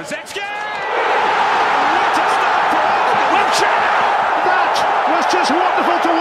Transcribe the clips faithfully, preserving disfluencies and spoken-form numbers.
Kulusevski! What a start for Wilshere! That was just wonderful to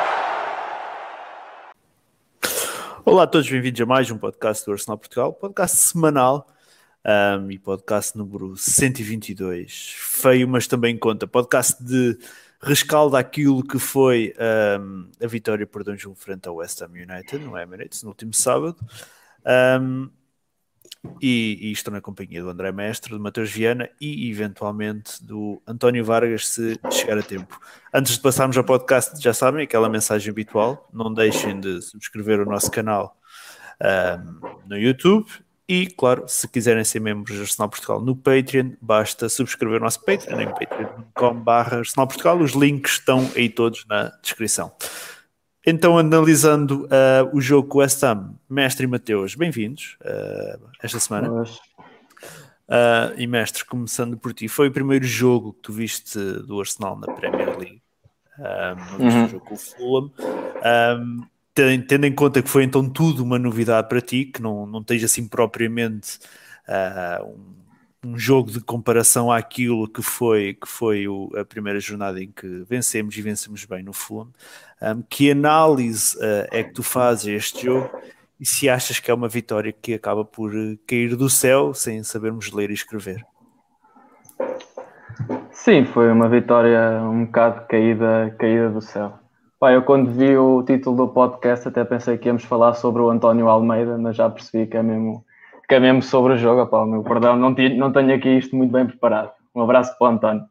watch! Olá a todos, bem-vindos a mais um podcast do Arsenal Portugal, podcast semanal um, e podcast número cento e vinte e dois, feio mas também conta, podcast de rescaldo àquilo que foi um, a vitória por dois a um frente ao West Ham United no Emirates no último sábado. Um, E, e estou na companhia do André Mestre, do Mateus Viana e eventualmente do António Vargas, se chegar a tempo. Antes de passarmos ao podcast, já sabem, aquela mensagem habitual: não deixem de subscrever o nosso canal um, no YouTube e, claro, se quiserem ser membros do Arsenal Portugal no Patreon, basta subscrever o nosso Patreon em patreon ponto com barra Arsenal Portugal. Os links estão aí todos na descrição. Então, analisando uh, o jogo com o West Ham, Mestre e Mateus, bem-vindos uh, esta semana. Uh, e Mestre, começando por ti, foi o primeiro jogo que tu viste do Arsenal na Premier League, um, uhum. o jogo com o Fulham. Um, tendo em conta que foi então tudo uma novidade para ti, que não, não tens assim propriamente uh, um um jogo de comparação àquilo que foi, que foi o, a primeira jornada em que vencemos e vencemos bem no Fulham. Um, que análise uh, é que tu fazes a este jogo e se achas que é uma vitória que acaba por uh, cair do céu sem sabermos ler e escrever? Sim, foi uma vitória um bocado caída, caída do céu. Pá, eu quando vi o título do podcast até pensei que íamos falar sobre o António Almeida, mas já percebi que é mesmo... que é mesmo sobre o jogo. Opá, meu perdão, não, tinha, não tenho aqui isto muito bem preparado. Um abraço para o António.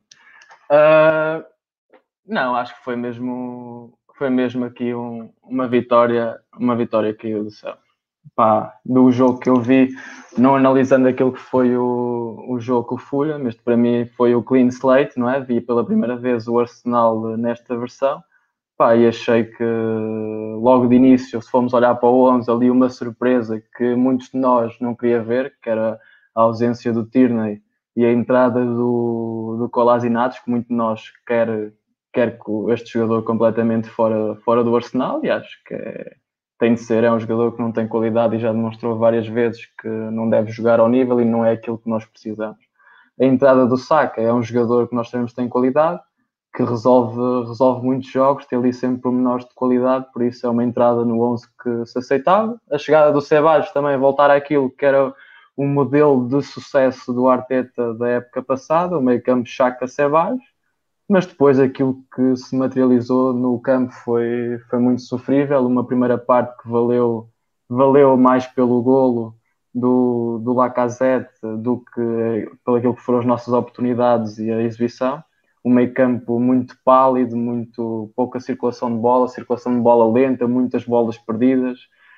Uh, não, acho que foi mesmo, foi mesmo aqui um, uma vitória, uma vitória que caiu do céu. Pá, do jogo que eu vi, não analisando aquilo que foi o, o jogo com o Fulham, este para mim foi o clean slate, não é? Vi pela primeira vez o Arsenal nesta versão. Pá, e achei que logo de início, se formos olhar para o onze, ali uma surpresa que muitos de nós não queria ver, que era a ausência do Tierney e a entrada do, do Kolasinac, que muito de nós quer, quer este jogador completamente fora, fora do Arsenal, e acho que é, tem de ser, é um jogador que não tem qualidade e já demonstrou várias vezes que não deve jogar ao nível e não é aquilo que nós precisamos. A entrada do Saka é um jogador que nós sabemos que tem qualidade, que resolve, resolve muitos jogos, tem ali sempre pormenores de qualidade, por isso é uma entrada no onze que se aceitava. A chegada do Ceballos também voltar àquilo que era um modelo de sucesso do Arteta da época passada, o meio campo Xhaka-Ceballos, mas depois aquilo que se materializou no campo foi, foi muito sofrível, uma primeira parte que valeu, valeu mais pelo golo do, do Lacazette do que pelo aquilo que foram as nossas oportunidades e a exibição. Um meio campo muito pálido, muito pouca circulação de bola, circulação de bola lenta, muitas bolas perdidas.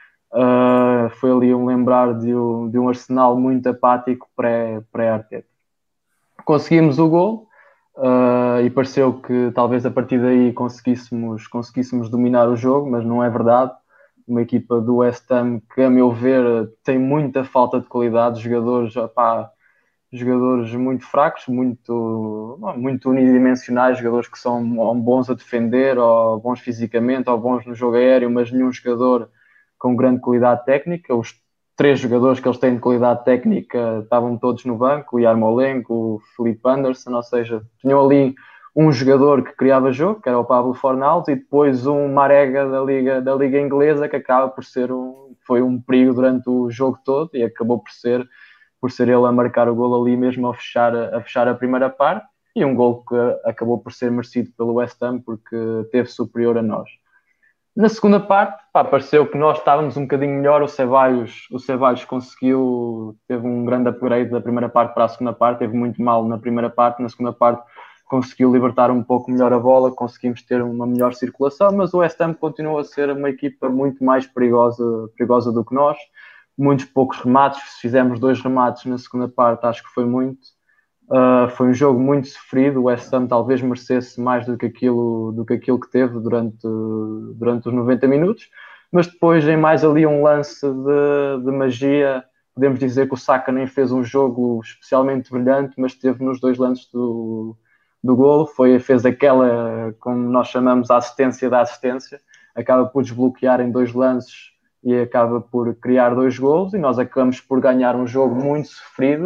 Uh, foi ali um lembrar de um, de um Arsenal muito apático pré, pré-Arteta. Conseguimos o gol uh, e pareceu que talvez a partir daí conseguíssemos, conseguíssemos dominar o jogo, mas não é verdade. Uma equipa do West Ham que, a meu ver, tem muita falta de qualidade, jogadores... Opá, jogadores muito fracos, muito, muito unidimensionais, jogadores que são bons a defender, ou bons fisicamente, ou bons no jogo aéreo, mas nenhum jogador com grande qualidade técnica. Os três jogadores que eles têm de qualidade técnica estavam todos no banco, o Yarmolenko, o Felipe Anderson, ou seja, tinham ali um jogador que criava jogo, que era o Pablo Fornals, e depois um Marega da Liga, da Liga Inglesa, que acaba por ser um, foi um perigo durante o jogo todo, e acabou por ser por ser ele a marcar o gol ali mesmo a fechar, a fechar a primeira parte, e um gol que acabou por ser merecido pelo West Ham porque teve superior a nós. Na segunda parte, pá, pareceu que nós estávamos um bocadinho melhor, o Ceballos, o Ceballos conseguiu, teve um grande upgrade da primeira parte para a segunda parte, teve muito mal na primeira parte, na segunda parte conseguiu libertar um pouco melhor a bola, conseguimos ter uma melhor circulação, mas o West Ham continua a ser uma equipa muito mais perigosa, perigosa do que nós. Muitos poucos remates, se fizermos dois remates na segunda parte, acho que foi muito. Uh, foi um jogo muito sofrido, o West Ham talvez merecesse mais do que aquilo, do que, aquilo que teve durante, durante os noventa minutos, mas depois em mais ali um lance de, de magia, podemos dizer que o Saka nem fez um jogo especialmente brilhante, mas teve nos dois lances do, do golo, foi, fez aquela, como nós chamamos, a assistência da assistência, acaba por desbloquear em dois lances e acaba por criar dois golos, e nós acabamos por ganhar um jogo muito sofrido,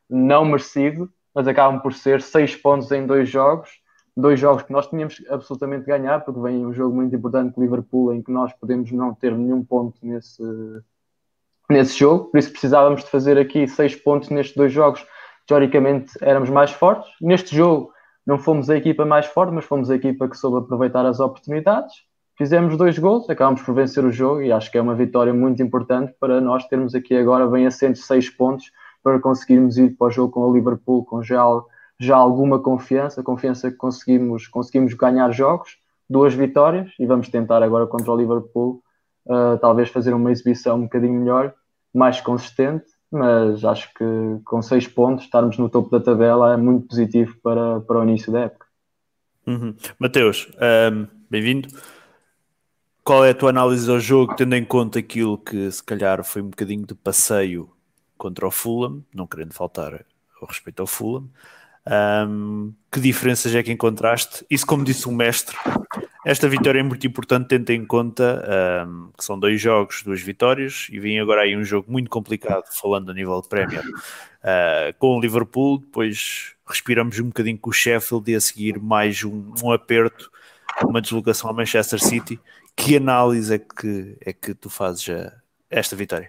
não merecido, mas acabam por ser seis pontos em dois jogos, dois jogos que nós tínhamos absolutamente de ganhar, porque vem um jogo muito importante com o Liverpool, em que nós podemos não ter nenhum ponto nesse, nesse jogo, por isso precisávamos de fazer aqui seis pontos nestes dois jogos. Teoricamente éramos mais fortes. Neste jogo não fomos a equipa mais forte, mas fomos a equipa que soube aproveitar as oportunidades. Fizemos dois gols, acabamos por vencer o jogo e acho que é uma vitória muito importante para nós termos aqui agora bem assentos seis pontos para conseguirmos ir para o jogo com o Liverpool com já, já alguma confiança, confiança que conseguimos, conseguimos ganhar jogos, duas vitórias, e vamos tentar agora contra o Liverpool uh, talvez fazer uma exibição um bocadinho melhor, mais consistente, mas acho que com seis pontos estarmos no topo da tabela é muito positivo para, para o início da época. Uhum. Mateus, um, bem-vindo. Qual é a tua análise ao jogo, tendo em conta aquilo que se calhar foi um bocadinho de passeio contra o Fulham, não querendo faltar ao respeito ao Fulham? Um, que diferenças é que encontraste? Isso, como disse o mestre, esta vitória é muito importante, tendo em conta um, que são dois jogos, duas vitórias, e vem agora aí um jogo muito complicado, falando a nível de Premier, uh, com o Liverpool, depois respiramos um bocadinho com o Sheffield e a seguir mais um, um aperto, uma deslocação ao Manchester City. Que análise é que, é que tu fazes a esta vitória?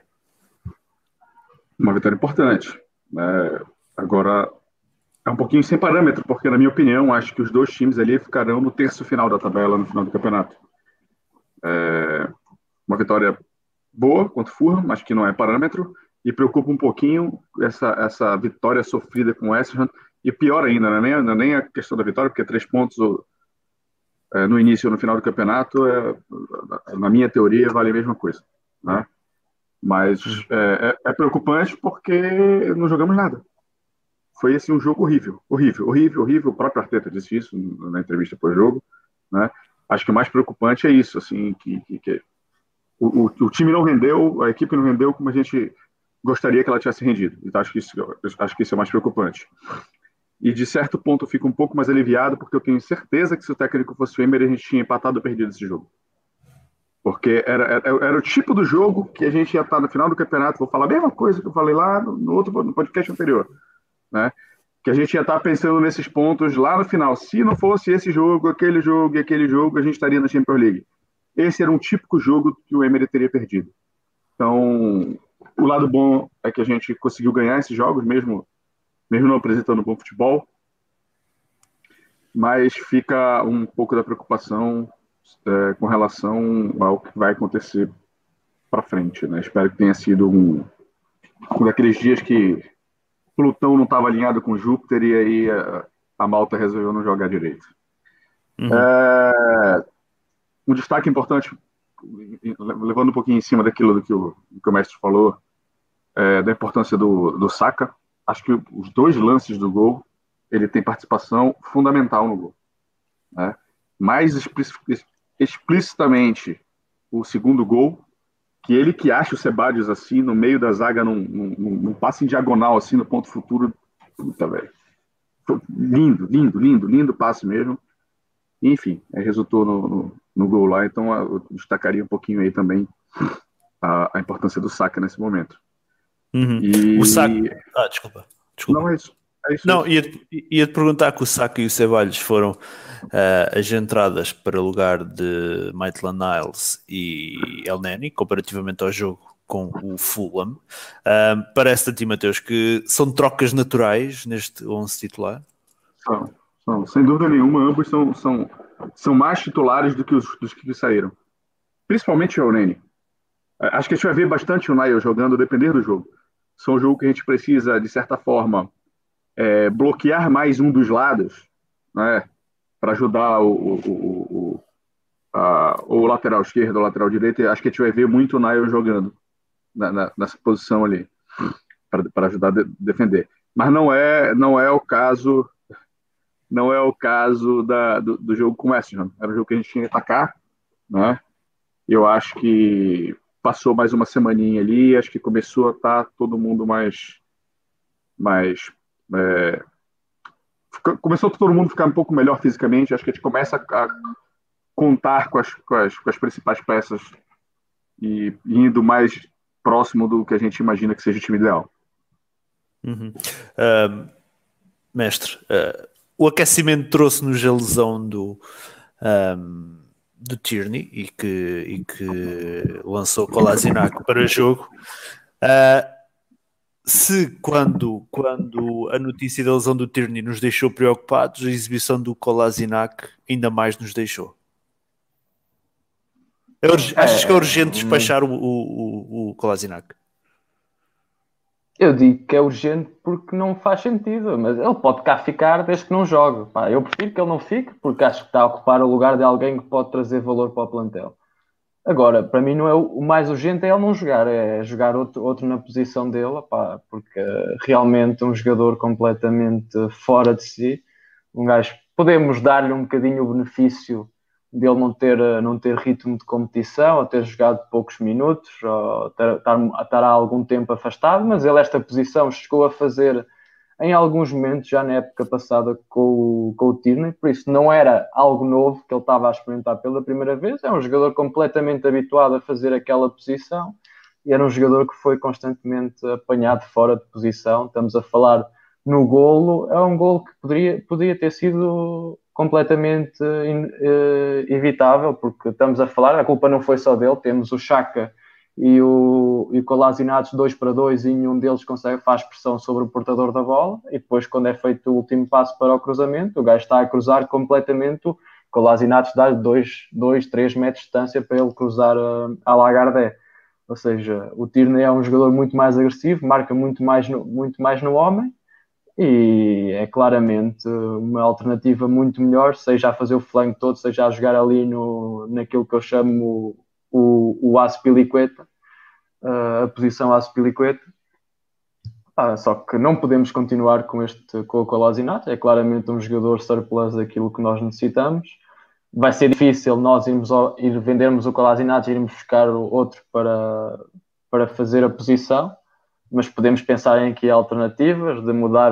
Uma vitória importante. É, agora, é um pouquinho sem parâmetro, porque, na minha opinião, acho que os dois times ali ficarão no terço final da tabela, no final do campeonato. É, uma vitória boa contra o Fulham, acho que não é parâmetro, e preocupa um pouquinho essa, essa vitória sofrida com o West Ham, e pior ainda, não é nem, não é nem a questão da vitória, porque três pontos é, no início ou no final do campeonato, é, na minha teoria, vale a mesma coisa, né? Mas é, é, é preocupante porque não jogamos nada. Foi assim, um jogo horrível, horrível, horrível, horrível. O próprio Arteta disse isso na entrevista pós-jogo, né? Acho que o mais preocupante é isso, assim, que, que, que o, o, o time não rendeu, a equipe não rendeu como a gente gostaria que ela tivesse rendido. Então, acho que isso, acho que isso é mais preocupante. E, de certo ponto, eu fico um pouco mais aliviado, porque eu tenho certeza que se o técnico fosse o Emery, a gente tinha empatado ou perdido esse jogo. Porque era, era, era o tipo do jogo que a gente ia estar no final do campeonato, vou falar a mesma coisa que eu falei lá no, no outro no podcast anterior, né? Que a gente ia estar pensando nesses pontos lá no final. Se não fosse esse jogo, aquele jogo e aquele jogo, a gente estaria na Champions League. Esse era um típico jogo que o Emery teria perdido. Então, o lado bom é que a gente conseguiu ganhar esses jogos, mesmo, mesmo não apresentando bom futebol, mas fica um pouco da preocupação é, com relação ao que vai acontecer para frente, né? Espero que tenha sido um, um daqueles dias que Plutão não estava alinhado com Júpiter e aí a, a Malta resolveu não jogar direito. Uhum. É, um destaque importante, levando um pouquinho em cima daquilo do que o, do que o mestre falou, é, da importância do, do Saka. Acho que os dois lances do gol, ele tem participação fundamental no gol, né? Mais explicitamente o segundo gol, que ele que acha o Sebadios assim, no meio da zaga, num, num, num passe em diagonal, assim, no ponto futuro. Puta, velho. Lindo, lindo, lindo, lindo passe mesmo. E, enfim, resultou no, no, no gol lá, então eu destacaria um pouquinho aí também a, a importância do Saka nesse momento. Uhum. E... O Saka... Ah, desculpa. desculpa. Não, é isso. É isso Não, ia-te ia perguntar que o Saka e o Ceballos foram uh, as entradas para o lugar de Maitland-Niles e El Neni, comparativamente ao jogo com o Fulham. Uh, Parece-te a ti, Mateus, que são trocas naturais neste onze titular? São, são, sem dúvida nenhuma, ambos são, são, são mais titulares do que os dos que saíram. Principalmente o El Neni. Acho que a gente vai ver bastante o Niles jogando, depender do jogo. São um jogo que a gente precisa, de certa forma, É, bloquear mais um dos lados, né, para ajudar o, o, o, o, a, o lateral esquerdo, o lateral direito. Acho que a gente vai ver muito o Niles jogando na, na, nessa posição ali, para ajudar a de, defender. Mas não é, não é o caso, não é o caso da, do, do jogo com o West Ham. Era um jogo que a gente tinha que atacar, né? Eu acho que passou mais uma semaninha ali, acho que começou a estar todo mundo mais... mais É, começou todo mundo a ficar um pouco melhor fisicamente. Acho que a gente começa a contar com as, com as, com as principais peças e indo mais próximo do que a gente imagina que seja o time ideal. Uhum. Uh, mestre, uh, o aquecimento trouxe-nos a lesão do, um, do Tierney e que, e que lançou Kolasinac para o jogo. Uh, se quando, quando a notícia da lesão do Tierney nos deixou preocupados, a exibição do Kolasinac ainda mais nos deixou. É urg... é, Achas que é urgente despachar o, o, o, o Kolasinac? Eu digo que é urgente porque não faz sentido, mas ele pode cá ficar desde que não jogue. Pá, eu prefiro que ele não fique porque acho que está a ocupar o lugar de alguém que pode trazer valor para o plantel. Agora, para mim não é o mais urgente é ele não jogar, é jogar outro, outro na posição dele, pá, porque realmente um jogador completamente fora de si, um gajo, podemos dar-lhe um bocadinho o benefício dele não ter, não ter ritmo de competição, ou ter jogado poucos minutos, ou ter, estar, estar há algum tempo afastado, mas ele esta posição chegou a fazer em alguns momentos, já na época passada com o, com o Tierney, por isso não era algo novo que ele estava a experimentar pela primeira vez, é um jogador completamente habituado a fazer aquela posição, e era um jogador que foi constantemente apanhado fora de posição. Estamos a falar no golo, é um golo que poderia, poderia ter sido completamente uh, evitável, porque estamos a falar, a culpa não foi só dele, temos o Xhaka e o, e o Kolasinac dois para dois e nenhum deles consegue, faz pressão sobre o portador da bola, e depois quando é feito o último passo para o cruzamento, o gajo está a cruzar completamente, o Kolasinac dá-lhe dois, três metros de distância para ele cruzar a, a Lagarde. Ou seja, o Tierney é um jogador muito mais agressivo, marca muito mais no, muito mais no homem, e é claramente uma alternativa muito melhor, seja a fazer o flanco todo, seja a jogar ali no, naquilo que eu chamo o, o Azpilicueta, a posição Azpilicueta. Ah, só que não podemos continuar com este com o Kolasinac, é claramente um jogador surplus daquilo que nós necessitamos. Vai ser difícil nós irmos ao, ir vendermos o Kolasinac e irmos buscar outro para, para fazer a posição, mas podemos pensar em aqui alternativas, de mudar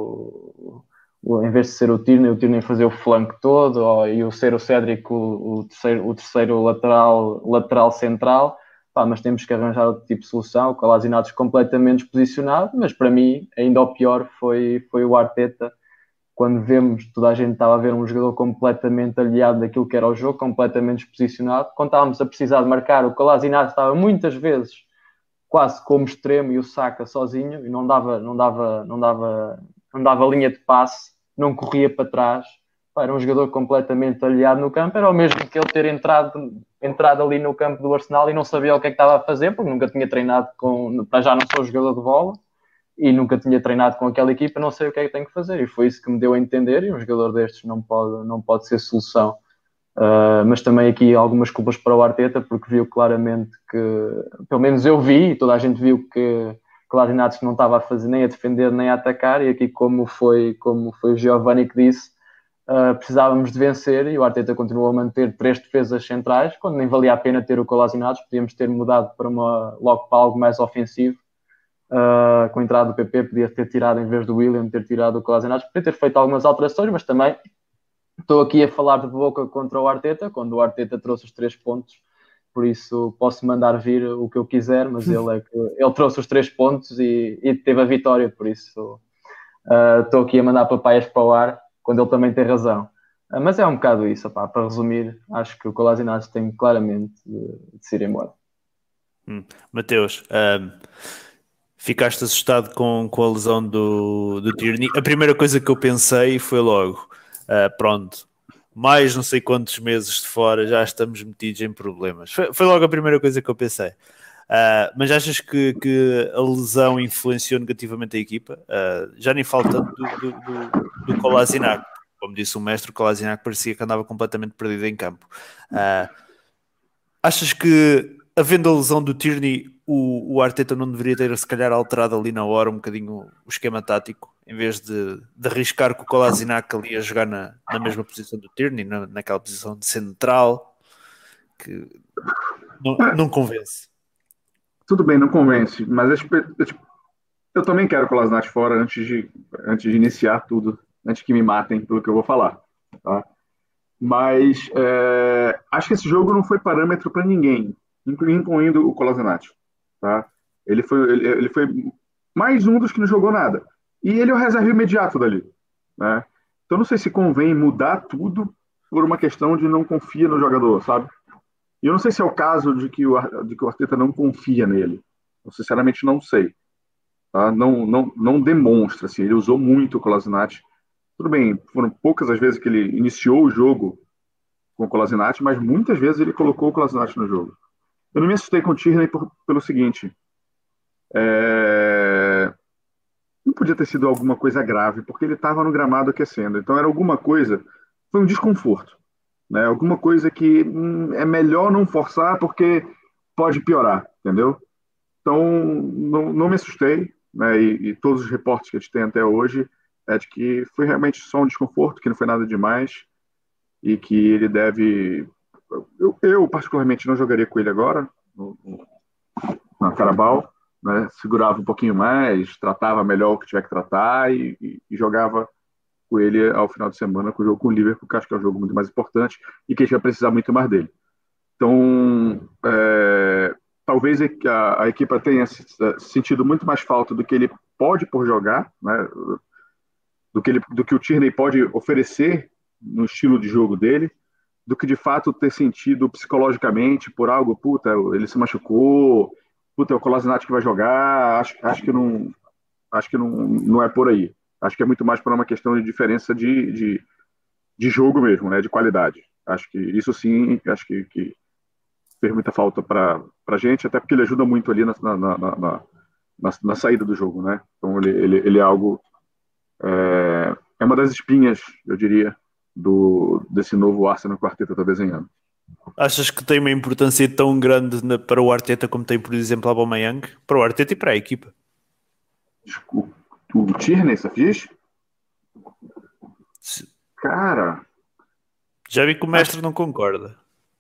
o, o em vez de ser o Tierney, o Tierney fazer o flanco todo, ou, e o ser o Cédric o, o, terceiro, o terceiro lateral, lateral central. Pá, mas temos que arranjar outro tipo de solução. O Kolasinac completamente desposicionado, mas para mim ainda o pior foi, foi o Arteta, quando vemos, toda a gente estava a ver um jogador completamente aliado daquilo que era o jogo, completamente desposicionado. Quando estávamos a precisar de marcar, o Kolasinac estava muitas vezes quase como extremo e o Saka sozinho, e não dava, não dava, não dava, não dava linha de passe, não corria para trás. Pá, era um jogador completamente aliado no campo. Era o mesmo que ele ter entrado, entrado ali no campo do Arsenal e não sabia o que é que estava a fazer, porque nunca tinha treinado com... Para já não sou jogador de bola, e nunca tinha treinado com aquela equipa, não sei o que é que tenho que fazer. E foi isso que me deu a entender, e um jogador destes não pode, não pode ser solução. Uh, mas também aqui algumas culpas para o Arteta, porque viu claramente que, pelo menos eu vi, e toda a gente viu que Kolasinac não estava a fazer nem a defender nem a atacar, e aqui como foi, como foi o Giovanni que disse, uh, precisávamos de vencer, e o Arteta continuou a manter três defesas centrais, quando nem valia a pena ter o Kolasinac, podíamos ter mudado para uma, logo para algo mais ofensivo. Uh, com a entrada do P P podia ter tirado, em vez do William, ter tirado o Kolasinac, podia ter feito algumas alterações, mas também estou aqui a falar de boca contra o Arteta, quando o Arteta trouxe os três pontos, por isso posso mandar vir o que eu quiser, mas ele, é que, ele trouxe os três pontos e, e teve a vitória, por isso uh, estou aqui a mandar papaias para o ar, quando ele também tem razão. Uh, mas é um bocado isso, opá, para resumir, acho que o Kolasinac tem claramente de, de se ir embora. Hum. Mateus, um, ficaste assustado com, com a lesão do, do Tierney? A primeira coisa que eu pensei foi logo, uh, pronto, mais não sei quantos meses de fora, já estamos metidos em problemas. Foi, foi logo a primeira coisa que eu pensei. Uh, mas achas que, que a lesão influenciou negativamente a equipa? Uh, já nem falo tanto do, do, do, do Kolasinac. Como disse o mestre, o Kolasinac parecia que andava completamente perdido em campo. Uh, achas que, havendo a lesão do Tierney, o, o Arteta não deveria ter, se calhar, alterado ali na hora um bocadinho o esquema tático, em vez de, de arriscar com o Kolasinac ali a jogar na, na mesma posição do Tierney, na, naquela posição de central, que não, não convence? Tudo bem, não convence, mas eu, eu, eu também quero o Kolasinac fora antes de, antes de iniciar tudo, antes que me matem pelo que eu vou falar, tá? Mas é, acho que esse jogo não foi parâmetro para ninguém, incluindo o Kolasinac, tá? Ele foi, ele, ele foi mais um dos que não jogou nada. E ele é o reserva imediato dali, né? Então não sei se convém mudar tudo por uma questão de não confia no jogador, sabe? E eu não sei se é o caso de que o, de que o Arteta não confia nele. Eu sinceramente não sei. Tá? Não, não, não demonstra. Assim, ele usou muito o Kolasinac. Tudo bem, foram poucas as vezes que ele iniciou o jogo com o Kolasinac, mas muitas vezes ele colocou o Kolasinac no jogo. Eu não me assustei com o Tierney por, pelo seguinte. É... Não podia ter sido alguma coisa grave, porque ele estava no gramado aquecendo. Então era alguma coisa... Foi um desconforto. Né? Alguma coisa que hum, é melhor não forçar porque pode piorar, entendeu? Então, não, não me assustei, né? E, e todos os reportes que a gente tem até hoje é de que foi realmente só um desconforto, que não foi nada demais e que ele deve... Eu, eu particularmente, não jogaria com ele agora, no, no, na Carabao, né? Segurava um pouquinho mais, tratava melhor o que tiver que tratar e, e, e jogava com ele ao final de semana com o jogo com o Liverpool, que acho que é um jogo muito mais importante e que a gente vai precisar muito mais dele. Então, é, talvez a, a equipa tenha sentido muito mais falta do que ele pode por jogar, né? do, que ele, do que o Tierney pode oferecer no estilo de jogo dele, do que de fato ter sentido psicologicamente por algo, puta, ele se machucou, puta, é o Kolasinac que vai jogar, acho, acho que, não, acho que não, não é por aí. Acho que é muito mais por uma questão de diferença de, de, de jogo mesmo, né? De qualidade. Acho que isso sim, acho que, que fez muita falta para a gente, até porque ele ajuda muito ali na, na, na, na, na, na saída do jogo, né? Então ele, ele, ele é algo... É, é uma das espinhas, eu diria, do, desse novo Arsenal que o Arteta está desenhando. Achas que tem uma importância tão grande na, para o Arteta como tem, por exemplo, a Aubameyang? Para o Arteta e para a equipa. O, o Tierney, você diz? Se... Cara... Já vi que o mestre acho... não concorda.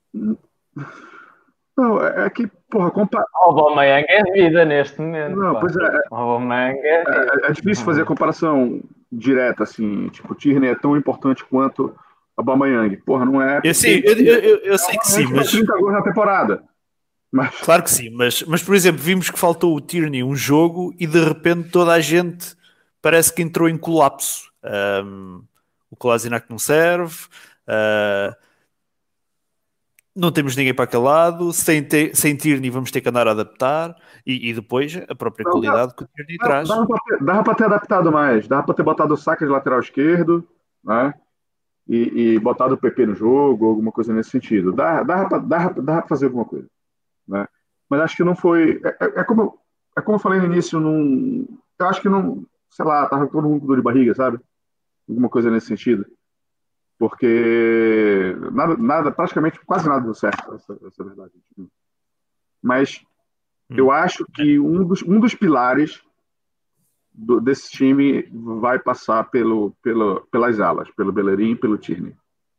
Não, é que, porra, compara... O Aubameyang é vida neste momento. Não, pá. pois é, o Aubameyang é, é, é difícil fazer a comparação direta, assim, tipo, o Tierney é tão importante quanto o Aubameyang. Porra, não é... Eu, sim, eu, eu, eu, eu sei que sim, mas... trinta gols na temporada. Mas... Claro que sim, mas, mas, por exemplo, vimos que faltou o Tierney um jogo e, de repente, toda a gente parece que entrou em colapso. Um, o Kolasinac não serve... Uh, não temos ninguém para aquele lado, sem, ter, sem Tierney vamos ter que andar a adaptar e, e depois a própria não, qualidade dá, que o Tierney dá, traz. Dava para ter, dava para ter adaptado mais, dava para ter botado o Saka de lateral esquerdo, né? E, e botado o P P no jogo, alguma coisa nesse sentido. Dava, dava, dava, dava para fazer alguma coisa, né? Mas acho que não foi. É, é, é, como, é como eu falei no início, não, eu acho que não, sei lá, tava todo mundo com dor de barriga, sabe? Alguma coisa nesse sentido. Porque nada, nada, praticamente quase nada deu certo, essa, essa é a verdade. Mas hum. eu acho que um dos, um dos pilares do, desse time vai passar pelo, pelo, pelas alas, pelo Bellerin e pelo Tierney.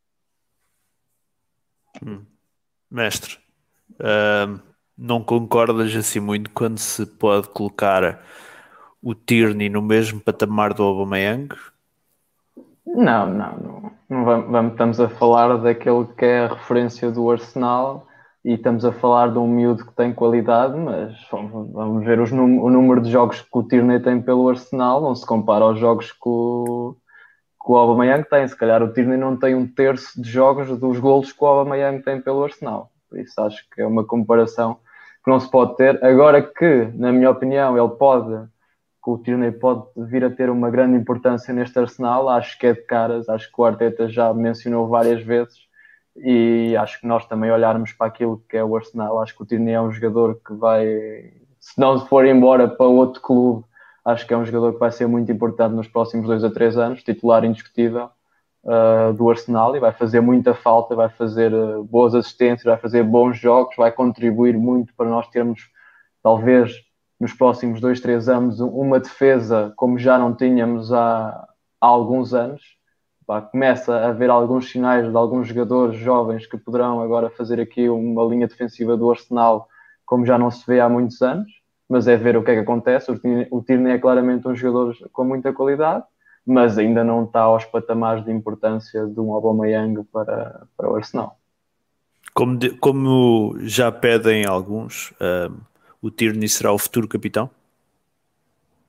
Hum. Mestre, uh, não concordas assim muito quando se pode colocar o Tierney no mesmo patamar do Aubameyang? Não, não, não, não vamos, vamos, estamos a falar daquele que é a referência do Arsenal e estamos a falar de um miúdo que tem qualidade, mas vamos, vamos ver os num, o número de jogos que o Tierney tem pelo Arsenal, não se compara aos jogos que o, que o Aubameyang tem. Se calhar o Tierney não tem um terço de jogos dos golos que o Aubameyang tem pelo Arsenal, por isso acho que é uma comparação que não se pode ter. Agora que, na minha opinião, ele pode... que o Tierney pode vir a ter uma grande importância neste Arsenal, acho que é de caras, acho que o Arteta já mencionou várias vezes e acho que nós também olharmos para aquilo que é o Arsenal, acho que o Tierney é um jogador que vai, se não for embora para outro clube, acho que é um jogador que vai ser muito importante nos próximos dois a três anos, titular indiscutível uh, do Arsenal, e vai fazer muita falta, vai fazer uh, boas assistências, vai fazer bons jogos, vai contribuir muito para nós termos, talvez, nos próximos dois, três anos, uma defesa como já não tínhamos há, há alguns anos. Pá, começa a haver alguns sinais de alguns jogadores jovens que poderão agora fazer aqui uma linha defensiva do Arsenal como já não se vê há muitos anos, mas é ver o que é que acontece. O Tierney é claramente um jogador com muita qualidade, mas ainda não está aos patamares de importância de um Aubameyang para, para o Arsenal. Como, de, como já pedem alguns... Um... o Tierney será o futuro capitão?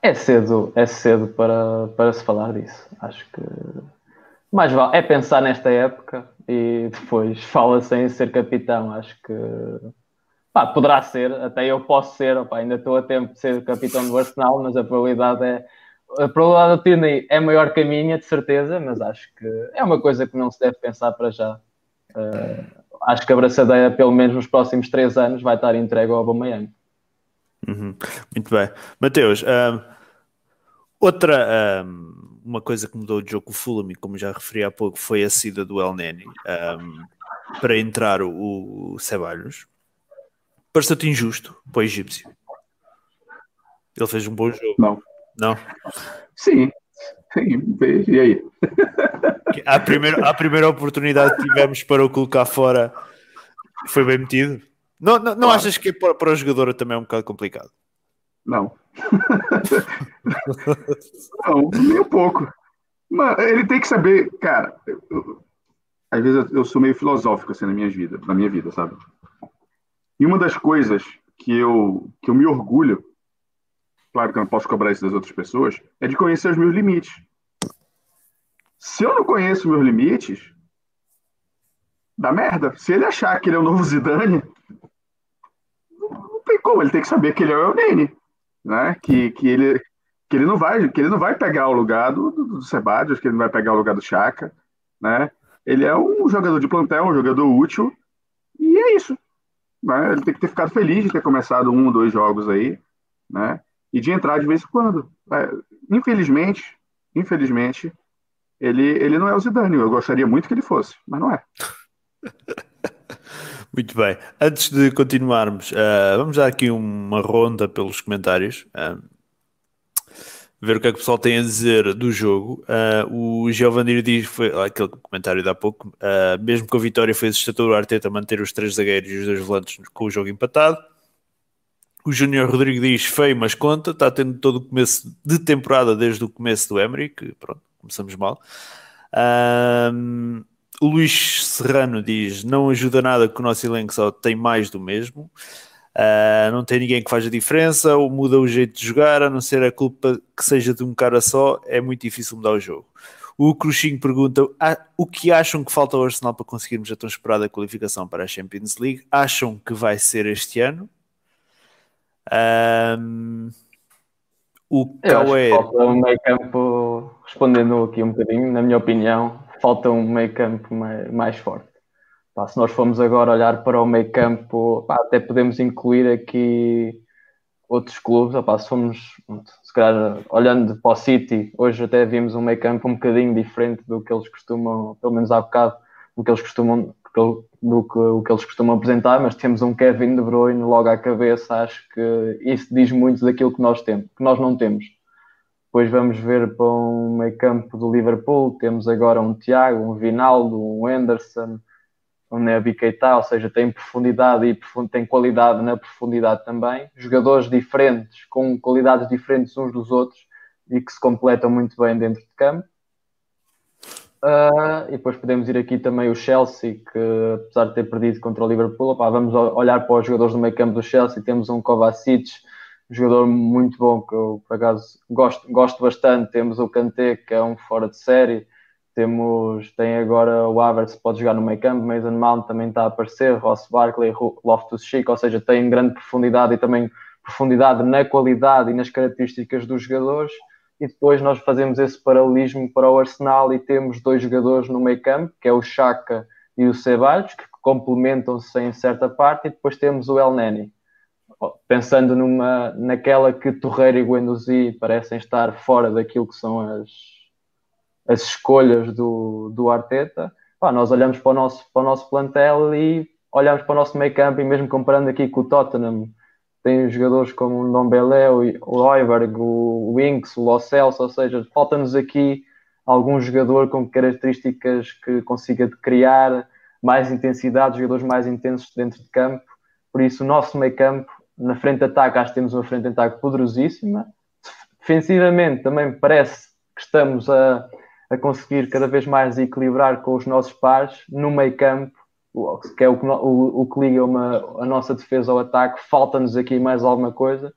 É cedo, é cedo para, para se falar disso. Acho que mais vale é pensar nesta época e depois fala-se em ser capitão. Acho que pá, poderá ser, até eu posso ser, opa, ainda estou a tempo de ser capitão do Arsenal, mas a probabilidade é a probabilidade do Tierney é maior que a minha, de certeza, mas acho que é uma coisa que não se deve pensar para já. Uh, acho que a braçadeira, pelo menos nos próximos três anos, vai estar entregue ao Aubameyang. Uhum. Muito bem. Mateus, um, outra um, uma coisa que mudou o jogo com o Fulham, e como já referi há pouco, foi a saída do El Neni um, para entrar o, o Ceballos. Pareceu-te injusto para o egípcio? Ele fez um bom jogo. Não. Não? Sim. Sim. E aí? A primeira, a primeira oportunidade que tivemos para o colocar fora foi bem metido? Não, não, não claro. Achas que para, para o jogador também é um bocado complicado? Não. Não, nem um pouco. Mas ele tem que saber, cara. Eu, às vezes eu sou meio filosófico assim na minha vida, na minha vida, sabe? E uma das coisas que eu, que eu me orgulho, claro que eu não posso cobrar isso das outras pessoas, é de conhecer os meus limites. Se eu não conheço meus limites, dá merda. Se ele achar que ele é o novo Zidane, não tem como. Ele tem que saber que ele é o El Neni, né? Que, que, ele, que, ele não vai, que ele não vai pegar o lugar do, do, do Ceballos, que ele não vai pegar o lugar do Xhaka, né? Ele é um jogador de plantel, um jogador útil, e é isso. Né? Ele tem que ter ficado feliz de ter começado um ou dois jogos aí, né? E de entrar de vez em quando. É, infelizmente, infelizmente, ele, ele não é o Zidane. Eu gostaria muito que ele fosse, mas não é. Muito bem. Antes de continuarmos, uh, vamos dar aqui uma ronda pelos comentários. Uh, ver o que é que o pessoal tem a dizer do jogo. Uh, o Giovanni diz, foi aquele comentário de há pouco, uh, mesmo com a vitória foi assustador o Arteta manter os três zagueiros e os dois volantes com o jogo empatado. O Júnior Rodrigo diz, feio mas conta, está tendo todo o começo de temporada desde o começo do Emery, que pronto, começamos mal. Uh, o Luís Serrano diz, não ajuda nada que o nosso elenco só tem mais do mesmo. Uh, não tem ninguém que faça diferença ou muda o jeito de jogar, a não ser a culpa que seja de um cara só, é muito difícil mudar o jogo. O Cruxinho pergunta ah, o que acham que falta ao Arsenal para conseguirmos a tão esperada qualificação para a Champions League? Acham que vai ser este ano? Um, o Cauê... Falta um meio campo, respondendo aqui um bocadinho, na minha opinião, falta um meio campo mais, mais forte. Pá, se nós formos agora olhar para o meio campo, pá, até podemos incluir aqui outros clubes. Pá, se formos, se calhar, olhando para o City, hoje até vimos um meio campo um bocadinho diferente do que eles costumam, pelo menos há bocado, do que eles costumam, do que, o que eles costumam apresentar, mas temos um Kevin De Bruyne logo à cabeça. Acho que isso diz muito daquilo que nós temos, que nós não temos. Depois vamos ver para um meio campo do Liverpool, temos agora um Thiago, um Vinaldo, um Henderson, um Naby Keita, ou seja, tem profundidade e tem qualidade na profundidade também. Jogadores diferentes, com qualidades diferentes uns dos outros e que se completam muito bem dentro de campo. Uh, e depois podemos ir aqui também o Chelsea, que apesar de ter perdido contra o Liverpool, opá, vamos olhar para os jogadores do meio campo do Chelsea. Temos um Kovacic, um jogador muito bom, que eu por acaso gosto, gosto bastante. Temos o Kanté, que é um fora de série. Temos, tem agora o Havertz, pode jogar no meio campo, Mason Mount também está a aparecer, Ross Barkley, Loftus-Cheek, ou seja, tem grande profundidade e também profundidade na qualidade e nas características dos jogadores. E depois nós fazemos esse paralelismo para o Arsenal e temos dois jogadores no meio campo, que é o Xhaka e o Ceballos, que complementam-se em certa parte, e depois temos o El Neni. Pensando numa, naquela que Torreira e Guendouzi parecem estar fora daquilo que são as... as escolhas do, do Arteta, pá, nós olhamos para o, nosso, para o nosso plantel e olhamos para o nosso meio campo, e mesmo comparando aqui com o Tottenham, tem jogadores como o Ndombele, o Højbjerg, o Winks, o Lo Celso, ou seja, falta-nos aqui algum jogador com características que consiga criar mais intensidade, jogadores mais intensos dentro de campo. Por isso o nosso meio campo, na frente de ataque, acho que temos uma frente de ataque poderosíssima. Defensivamente também parece que estamos a a conseguir cada vez mais equilibrar com os nossos pares no meio campo, que é o que, o, o que liga uma, a nossa defesa ao ataque. Falta-nos aqui mais alguma coisa.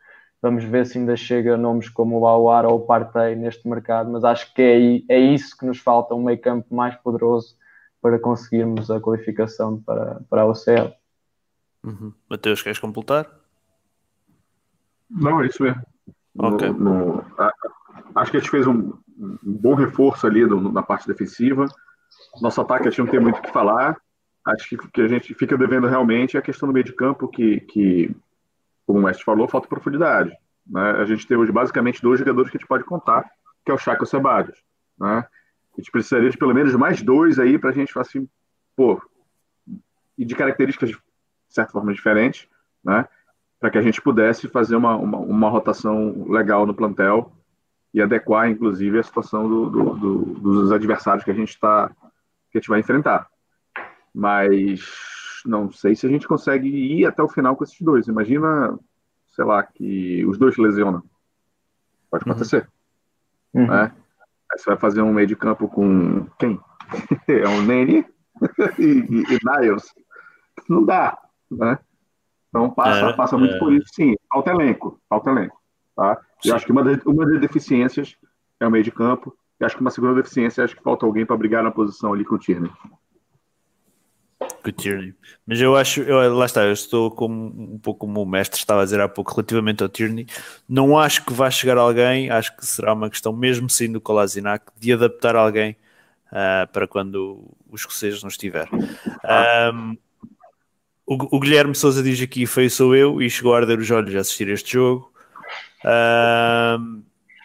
Vamos ver se ainda chega nomes como o Aouar ou o Partey neste mercado, mas acho que é, é isso que nos falta, um meio campo mais poderoso para conseguirmos a qualificação para, para a O C L. Uhum. Mateus, queres completar? Não, é isso mesmo. Ok. No, no, a, acho que a gente fez um, um bom reforço ali do, na parte defensiva. Nosso ataque a gente não tem muito o que falar. Acho que, que a gente fica devendo realmente é a questão do meio de campo, que, que como o mestre falou, falta profundidade. Né? A gente tem hoje basicamente dois jogadores que a gente pode contar, que é o Xhaka e o Ceballos. Né? A gente precisaria de pelo menos mais dois aí para a gente fazer assim, pô, e de características de certa forma diferentes, né? Para que a gente pudesse fazer uma, uma, uma rotação legal no plantel e adequar, inclusive, a situação do, do, do, dos adversários que a gente tá, que a gente vai enfrentar. Mas não sei se a gente consegue ir até o final com esses dois. Imagina, sei lá, que os dois lesionam. Pode acontecer. Uhum. Né? Aí você vai fazer um meio de campo com quem? É um Nene e, e, e Niles. Não dá, né? Então passa, É, passa muito é. por isso, sim. Falta elenco, falta elenco. Tá? E acho que uma das, uma das deficiências é o meio de campo. E acho que uma segunda deficiência, acho que falta alguém para brigar na posição ali com o Tierney. Com o Tierney. Mas eu acho, eu, lá está, eu estou como, um pouco como o mestre estava a dizer há pouco relativamente ao Tierney. Não acho que vá chegar alguém, acho que será uma questão, mesmo saindo do Kolasinac, de adaptar alguém uh, para quando o escocês não estiver. Um, o, o Guilherme Sousa diz aqui: feio sou eu, e chegou a arder os olhos a assistir este jogo. Um,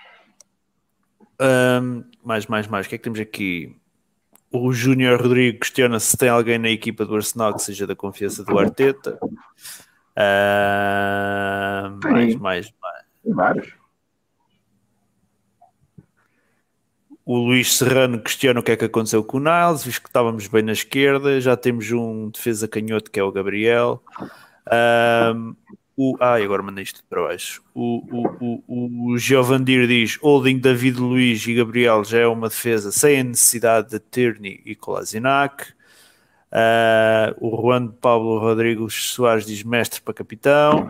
um, mais, mais, mais, o que é que temos aqui? O Júnior Rodrigo questiona se tem alguém na equipa do Arsenal que seja da confiança do Arteta. Uh, mais, mais, mais. Tem vários. O Luís Serrano questiona o que é que aconteceu com o Niles, visto que estávamos bem na esquerda. Já temos um defesa canhoto que é o Gabriel. Um, o, ah, e agora mandei isto para baixo. O, o, o, o Giovandir diz: Holding, David Luiz e Gabriel já é uma defesa sem a necessidade de Tierney e Kolasinac. Uh, o Juan Pablo Rodrigues Soares diz: mestre para capitão.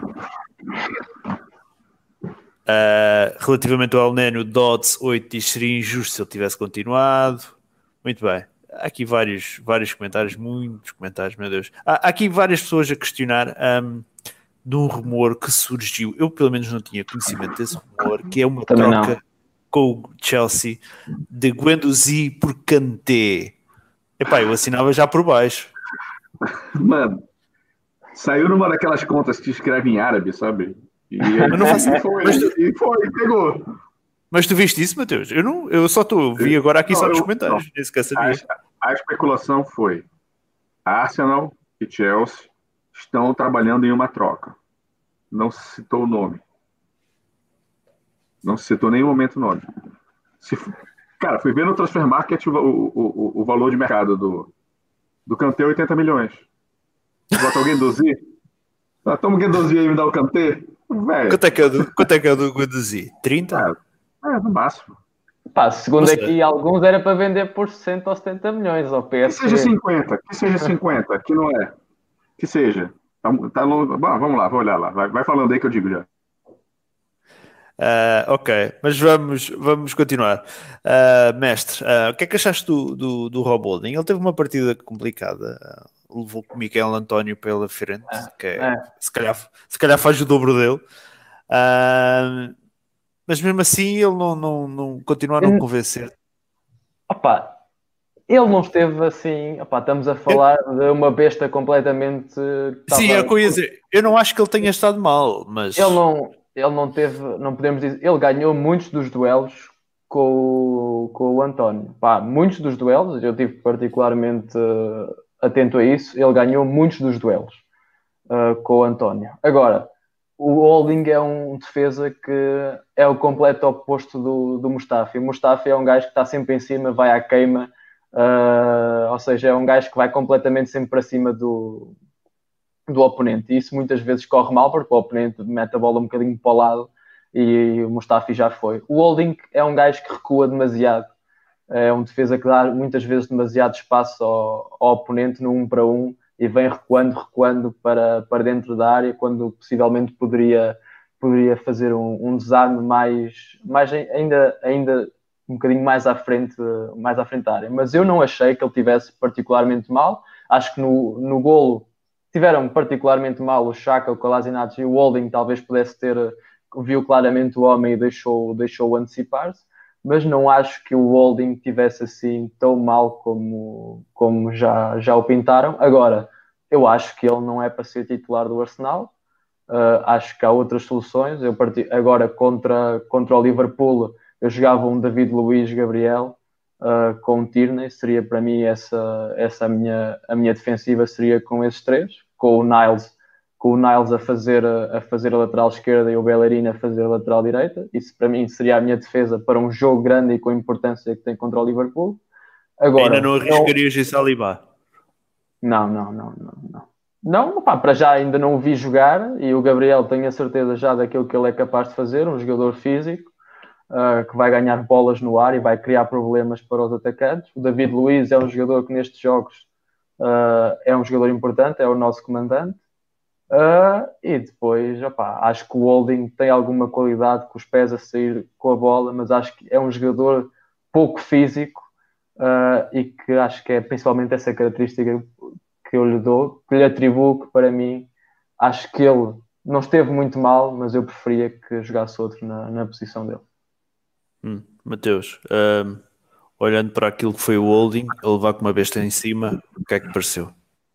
Uh, relativamente ao El Neno, Dodds oito diz: seria injusto se ele tivesse continuado. Muito bem. Há aqui vários, vários comentários, muitos comentários, meu Deus. Há, há aqui várias pessoas a questionar um, de um rumor que surgiu. Eu, pelo menos, não tinha conhecimento desse rumor, que é uma Também troca não. com o Chelsea de Guendouzi por Kanté. Epá, eu assinava já por baixo. Mano, saiu numa daquelas contas que escreve em árabe, sabe? E, Mas não faço... e foi, mas tu... e foi, pegou. Mas tu viste isso, Mateus? Eu, não, eu só estou, vi agora aqui Não, só nos eu- comentários. Nem sequer sabia. A, a especulação foi: Arsenal e Chelsea estão trabalhando em uma troca. Não se citou o nome. Não se citou em nenhum momento o nome. Se, cara, fui ver no Transfer Market o, o, o, o valor de mercado do, do Kanté, oitenta milhões. Bota alguém doze? Ah, toma o Guendouzi aí e me dá o Kanté? Velho, Quanto é que é do, quanto é que é do Guendouzi? trinta? é, é, no máximo. Pá, segundo Não aqui sei. alguns era para vender por sessenta ou setenta milhões ao Que P S G. seja cinquenta, que seja cinquenta, que não é. Que seja. Tá, tá longe. Bom, vamos lá, vou olhar lá. Vai, vai falando aí que eu digo já. Uh, ok, mas vamos, vamos continuar. Uh, mestre, uh, o que é que achaste do, do, do Rob Holding? Ele teve uma partida complicada, uh, levou com o Miquel António pela frente, que é, É. se, calhar, se calhar faz o dobro dele. Uh, mas mesmo assim ele não, não, não continua a não Hum. convencer. Opa, ele não esteve assim. Opa, estamos a falar de uma besta completamente. que Sim, estava- é o que eu ia dizer. Eu não acho que ele tenha estado mal, mas Ele não, ele não teve, não podemos dizer, ele ganhou muitos dos duelos com o, com o António. Pá, muitos dos duelos, eu estive particularmente uh, atento a isso, ele ganhou muitos dos duelos uh, com o António. Agora, o Holding é um defesa que é o completo oposto do, do Mustafi. O Mustafi é um gajo que está sempre em cima, vai à queima, uh, ou seja, é um gajo que vai completamente sempre para cima do, do oponente. E isso muitas vezes corre mal, porque o oponente mete a bola um bocadinho para o lado e o Mustafi já foi. O Holding é um gajo que recua demasiado. É um defesa que dá muitas vezes demasiado espaço ao, ao oponente no um para um e vem recuando, recuando para, para dentro da área, quando possivelmente poderia, poderia fazer um, um desarme mais, mais ainda, ainda um bocadinho mais à frente, mais à frente da área. Mas eu não achei que ele tivesse particularmente mal. Acho que no, no golo tiveram particularmente mal o Xhaka, o Kolasinac e o Holding. Talvez pudesse ter, viu claramente o homem e deixou, deixou antecipar-se. Mas não acho que o Holding tivesse assim tão mal como, como já, já o pintaram. Agora, eu acho que ele não é para ser titular do Arsenal. Uh, acho que há outras soluções. Eu parti, agora contra, contra o Liverpool eu jogava um David Luiz Gabriel uh, com o Tierney. Seria para mim essa, essa a, minha, a minha defensiva seria com esses três, com o Niles, com o Niles a fazer a, a fazer a lateral esquerda e o Bellerin a fazer a lateral direita. Isso para mim seria a minha defesa para um jogo grande e com a importância que tem contra o Liverpool. Agora, ainda não arriscarias em Saliba? Não, não, não, não, não. Não, pá, para já ainda não o vi jogar e o Gabriel tenho a certeza já daquilo que ele é capaz de fazer, um jogador físico uh, que vai ganhar bolas no ar e vai criar problemas para os atacantes. O David Luiz é um jogador que nestes jogos uh, é um jogador importante, é o nosso comandante. Uh, e depois, opá, acho que o Holding tem alguma qualidade com os pés a sair com a bola, mas acho que é um jogador pouco físico uh, e que acho que é principalmente essa característica que eu lhe dou, que lhe atribuo, que para mim acho que ele não esteve muito mal, mas eu preferia que jogasse outro na, na posição dele. Hum, Mateus, um, olhando para aquilo que foi o Holding, ele levar com uma besta em cima, o que é que pareceu?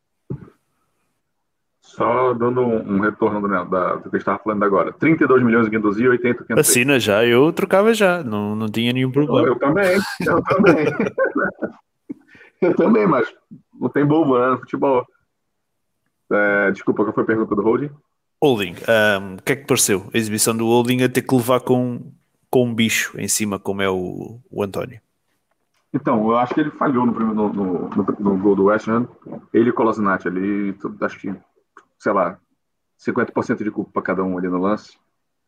Só dando um, um retorno do, da, do que a gente estava falando agora. trinta e dois milhões em Guendouzi e oitenta que Assina já, eu trocava já, não, não tinha nenhum problema. Eu, eu também, eu também. eu também, mas não tem bobo, né, no futebol. É, desculpa, qual foi a pergunta do Holding? Holding, um, o que é que pareceu? A exibição do Holding a ter que levar com, com um bicho em cima, como é o, o António. Então, eu acho que ele falhou no, no, no, no, no gol do West Ham. Ele e o Kolasinac ali, acho que, sei lá, cinquenta por cento de culpa para cada um ali no lance.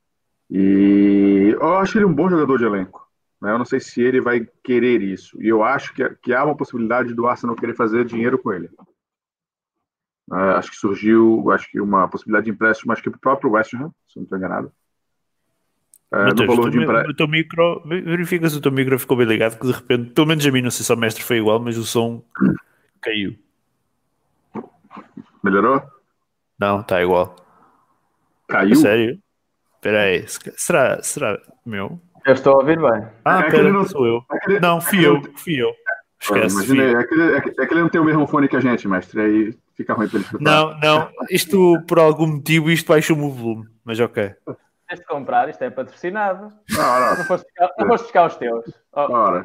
E eu acho ele um bom jogador de elenco. Né? Eu não sei se ele vai querer isso. E eu acho que, que há uma possibilidade do Arsenal querer fazer dinheiro com ele. Uh, acho que surgiu, acho que uma possibilidade de empréstimo, acho que para o próprio West Ham, se não estou enganado. Uh, Mateus, no valor o, de teu, empréstimo. o teu micro, verifica se o teu micro ficou bem ligado, que de repente, pelo menos a mim, não sei se ao mestre foi igual, mas o som caiu. Melhorou? Não, está igual. Caiu? É sério? Espera aí, será, será meu? Eu estou a ouvir bem. Ah, é pera, não, sou eu. é não, fui eu, fui eu. Esquece, Imaginei, é que, ele, é, que, é que ele não tem o mesmo fone que a gente, mestre, aí fica ruim para ele escutar. Não, não, isto por algum motivo isto baixou-me o volume, mas ok. Tens de comprar, isto é patrocinado. Ora, não foste buscar, não foste buscar os teus. Oh, ora.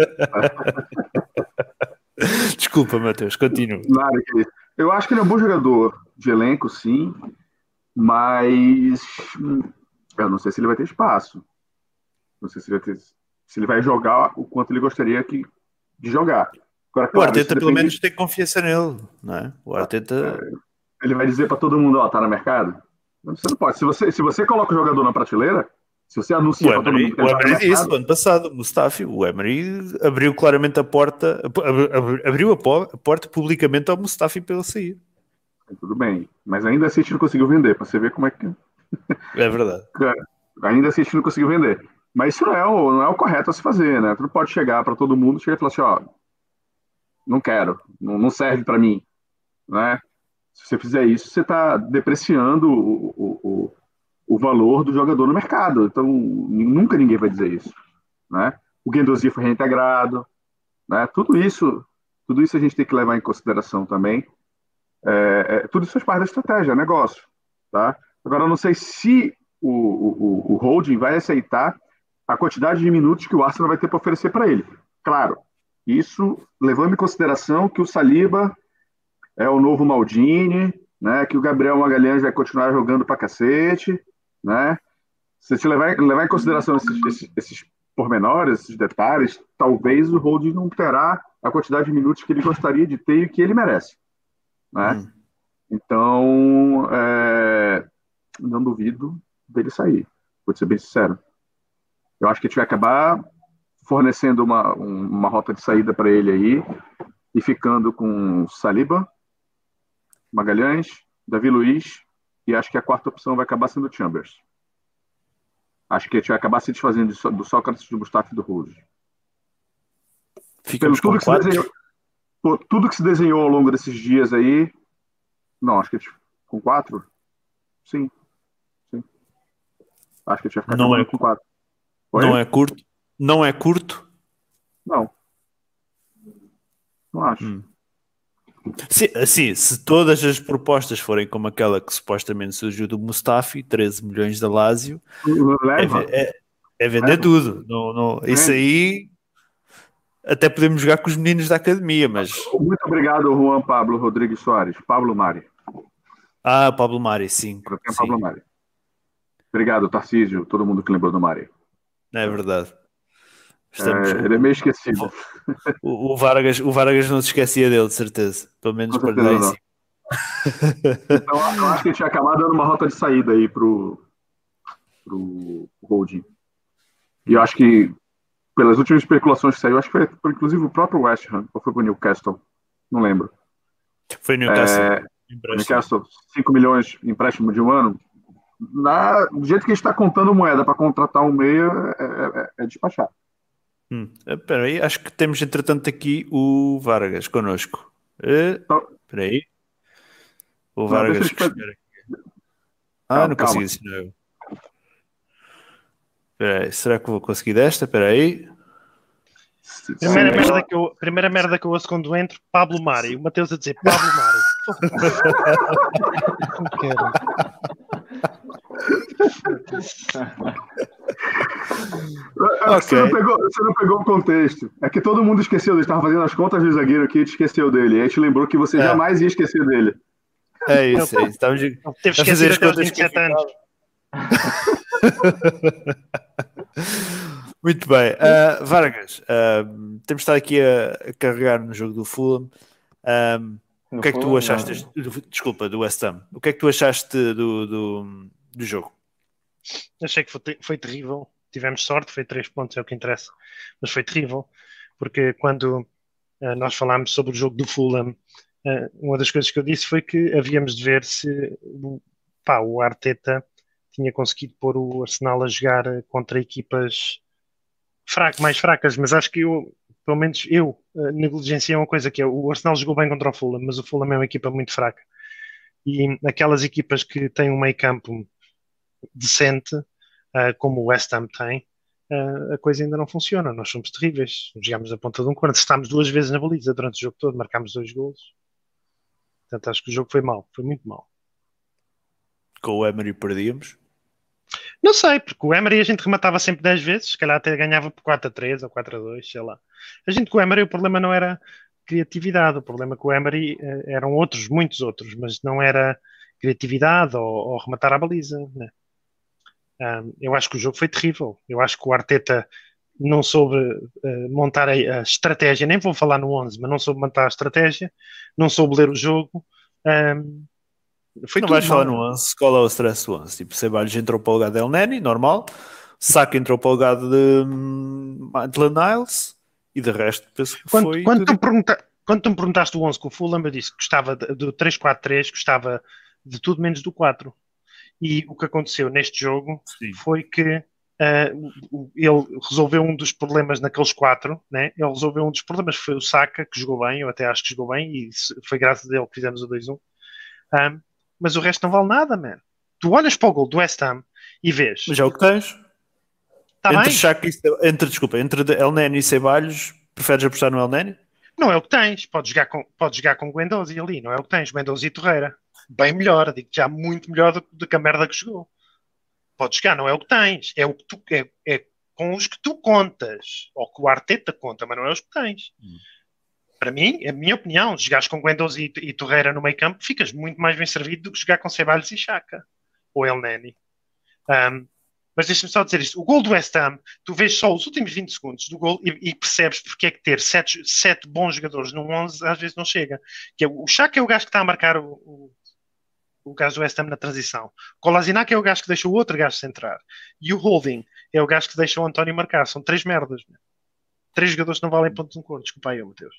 Desculpa, Mateus, continuo. Nada que isso. Eu acho que ele é um bom jogador de elenco, sim, mas eu não sei se ele vai ter espaço. Não sei se ele vai ter, se ele vai jogar o quanto ele gostaria que, de jogar. Agora, claro, o Arteta pelo depende... menos tem confiança nele, não é? O Arteta... Ele vai dizer para todo mundo, ó, tá no mercado? Você não pode. Se você, se você coloca o jogador na prateleira, se você anuncia para todo mundo que o ele tá no Emery disse mercado... no ano passado, o Mustafi, o Emery abriu claramente a porta, abriu a porta publicamente ao Mustafi para ele sair. Tudo bem, mas ainda assim a gente não conseguiu vender, para você ver como é que... É verdade. Ainda assim a gente não conseguiu vender. Mas isso não é o, não é o correto a se fazer, né? Tu não pode chegar para todo mundo, chegar e falar assim, ó, não quero, não, não serve para mim, né? Se você fizer isso, você está depreciando o, o, o, o valor do jogador no mercado. Então, nunca ninguém vai dizer isso, né? O Guendouzi foi reintegrado, né? Tudo isso, tudo isso a gente tem que levar em consideração também. É, é, tudo isso faz parte da estratégia, é negócio, tá? Agora, eu não sei se o, o, o holding vai aceitar a quantidade de minutos que o Arsenal vai ter para oferecer para ele. Claro, isso levando em consideração que o Saliba é o novo Maldini, né? Que o Gabriel Magalhães vai continuar jogando pra cacete, né? Se você levar, levar em consideração esses, esses, esses pormenores, esses detalhes, talvez o holding não terá a quantidade de minutos que ele gostaria de ter e que ele merece, né? Hum. Então, é, não duvido dele sair, vou ser bem sincero. Eu acho que a gente vai acabar fornecendo uma, uma rota de saída para ele aí e ficando com Saliba, Magalhães, Davi Luiz e acho que a quarta opção vai acabar sendo o Chambers. Acho que a gente vai acabar se desfazendo do Sócrates, do Mustafi e do Rude. Ficamos Pelo tudo com que, quatro. se desenhou, por tudo que se desenhou ao longo desses dias aí, não, acho que a gente, com quatro? Sim. Sim. Acho que a gente vai ficar Não é, com quatro. Oi? Não é curto? Não é curto? Não. Não acho. Hum. Sim, assim, se todas as propostas forem como aquela que supostamente surgiu do Mustafi, treze milhões da Lazio, Leva. é, é, é vender Leva. tudo. Não, não, isso aí até podemos jogar com os meninos da academia, mas... Muito obrigado, Juan Pablo Rodrigues Soares. Pablo Mari. Ah, Pablo Mari, sim. sim. Pablo Mari. Obrigado, Tarcísio, todo mundo que lembrou do Mari. É verdade. Estamos... É, ele é meio esquecido. O, o, Vargas, o Vargas não se esquecia dele, de certeza. Pelo menos para lhe dar em cima. Então, eu acho que a gente vai acabar dando uma rota de saída aí pro, pro holding. E eu acho que, pelas últimas especulações que saiu, acho que foi, foi inclusive o próprio West Ham, ou foi pro Newcastle, não lembro. Foi Newcastle. É, Newcastle, cinco milhões de empréstimo de um ano. Na, do jeito que a gente está contando moeda para contratar um meia, é, é, é despachar. Hum, espera aí, acho que temos entretanto aqui o Vargas connosco. Espera uh, aí. O Vargas não, que espera aqui. Ah, calma, não consegui ensinar eu. Espera aí, será que vou conseguir desta? Espera aí. Primeira merda, que eu, primeira merda que eu ouço quando entro, Pablo Mari. O Mateus a dizer Pablo Mari. Não quero. Okay. Você, não pegou, você não pegou o contexto. É que todo mundo esqueceu. Ele estava fazendo as contas do zagueiro aqui e a gente esqueceu dele. E a gente lembrou que você é. jamais ia esquecer dele. É isso, é isso. Estamos Teve a fazer as contas vinte e sete anos. Muito bem. Uh, Vargas, uh, temos estado aqui a, a carregar no jogo do Fulham. Um, o que é que tu achaste? Deste, desculpa, do West Ham. O que é que tu achaste do, do, do jogo? Achei que foi, foi terrível. Tivemos sorte, foi três pontos, é o que interessa. Mas foi terrível, porque quando uh, nós falámos sobre o jogo do Fulham, uh, uma das coisas que eu disse foi que havíamos de ver se pá, o Arteta tinha conseguido pôr o Arsenal a jogar contra equipas fraco, mais fracas, mas acho que eu, pelo menos eu, uh, negligenciei uma coisa que é, o Arsenal jogou bem contra o Fulham, mas o Fulham é uma equipa muito fraca. E aquelas equipas que têm um meio campo decente, uh, como o West Ham tem, uh, a coisa ainda não funciona. Nós somos terríveis. Jogamos a ponta de um corno, estámos duas vezes na baliza durante o jogo todo, marcámos dois golos. Portanto, acho que o jogo foi mau, foi muito mau. Com o Emery perdíamos? Não sei, porque o Emery a gente rematava sempre dez vezes, se calhar até ganhava por quatro a três ou quatro a dois, sei lá. A gente com o Emery o problema não era criatividade, o problema com o Emery uh, eram outros, muitos outros, mas não era criatividade ou, ou rematar a baliza, né? Um, eu acho que o jogo foi terrível. Eu acho que o Arteta não soube uh, montar a, a estratégia, nem vou falar no onze, mas não soube montar a estratégia, não soube ler o jogo. Um, foi não vais mal. Falar no onze, qual é o stress do onze? Tipo, Ceballos entrou para o lugar de El Neni, normal. Saka entrou para o lugar de Maitland Niles e de resto penso que quando, foi... Quando tu, pergunta, quando tu me perguntaste o onze com o Fulham, eu disse que gostava do três quatro três, gostava de tudo menos do quatro. E o que aconteceu neste jogo Sim. foi que uh, ele resolveu um dos problemas naqueles quatro, né? Ele resolveu um dos problemas, foi o Saka, que jogou bem, eu até acho que jogou bem, e foi graças a ele que fizemos o dois um. Um, mas o resto não vale nada, man. Tu olhas para o gol do West Ham e vês... Mas é o que tens. Tá entre, bem? Chaka e, entre, desculpa, entre El Neni e Ceballos, preferes apostar no El Neni? Não é o que tens. Podes jogar com, podes jogar com Guendouzi ali, não é o que tens. Guendouzi e Torreira. Bem melhor, digo já muito melhor do, do que a merda que jogou. Podes jogar, não é o que tens. É, o que tu, é, é com os que tu contas. Ou que o Arteta conta, mas não é os que tens. Hum. Para mim, é a minha opinião, se jogares com Guendouzi e, e Torreira no meio campo, ficas muito mais bem servido do que jogar com Ceballos e Xhaka. Ou El Neni. Um, mas deixa-me só dizer isto. O gol do West Ham, tu vês só os últimos vinte segundos do gol e, e percebes porque é que ter sete, sete bons jogadores num onze às vezes não chega. Que é, o Xhaka é o gajo que está a marcar o, o, o gajo do West Ham na transição. O Kolasinac é o gajo que deixa o outro gajo centrar. E o Holding é o gajo que deixa o António marcar. São três merdas. Meu. Três jogadores que não valem ponto de um cor. Desculpa aí, Mateus.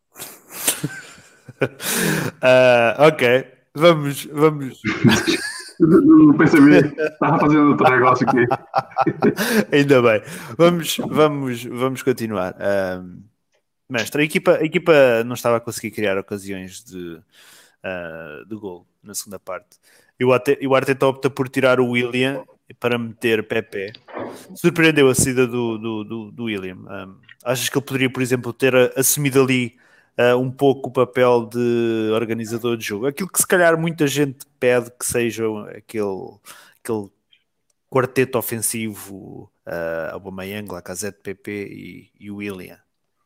uh, ok. Vamos... vamos... Não percebi. Estava fazendo outro negócio aqui. Ainda bem. Vamos, vamos, vamos continuar. Um, mestre, a equipa, a equipa não estava a conseguir criar ocasiões de, uh, de gol na segunda parte. E o Arteta opta por tirar o William para meter Pepe. Surpreendeu a saída do, do, do, do William. Um, achas que ele poderia, por exemplo, ter assumido ali uh, um pouco o papel de organizador de jogo? Aquilo que se calhar muita gente pede que seja aquele, aquele quarteto ofensivo, uh, Aubameyang, Lacazette, Pepe e, e William.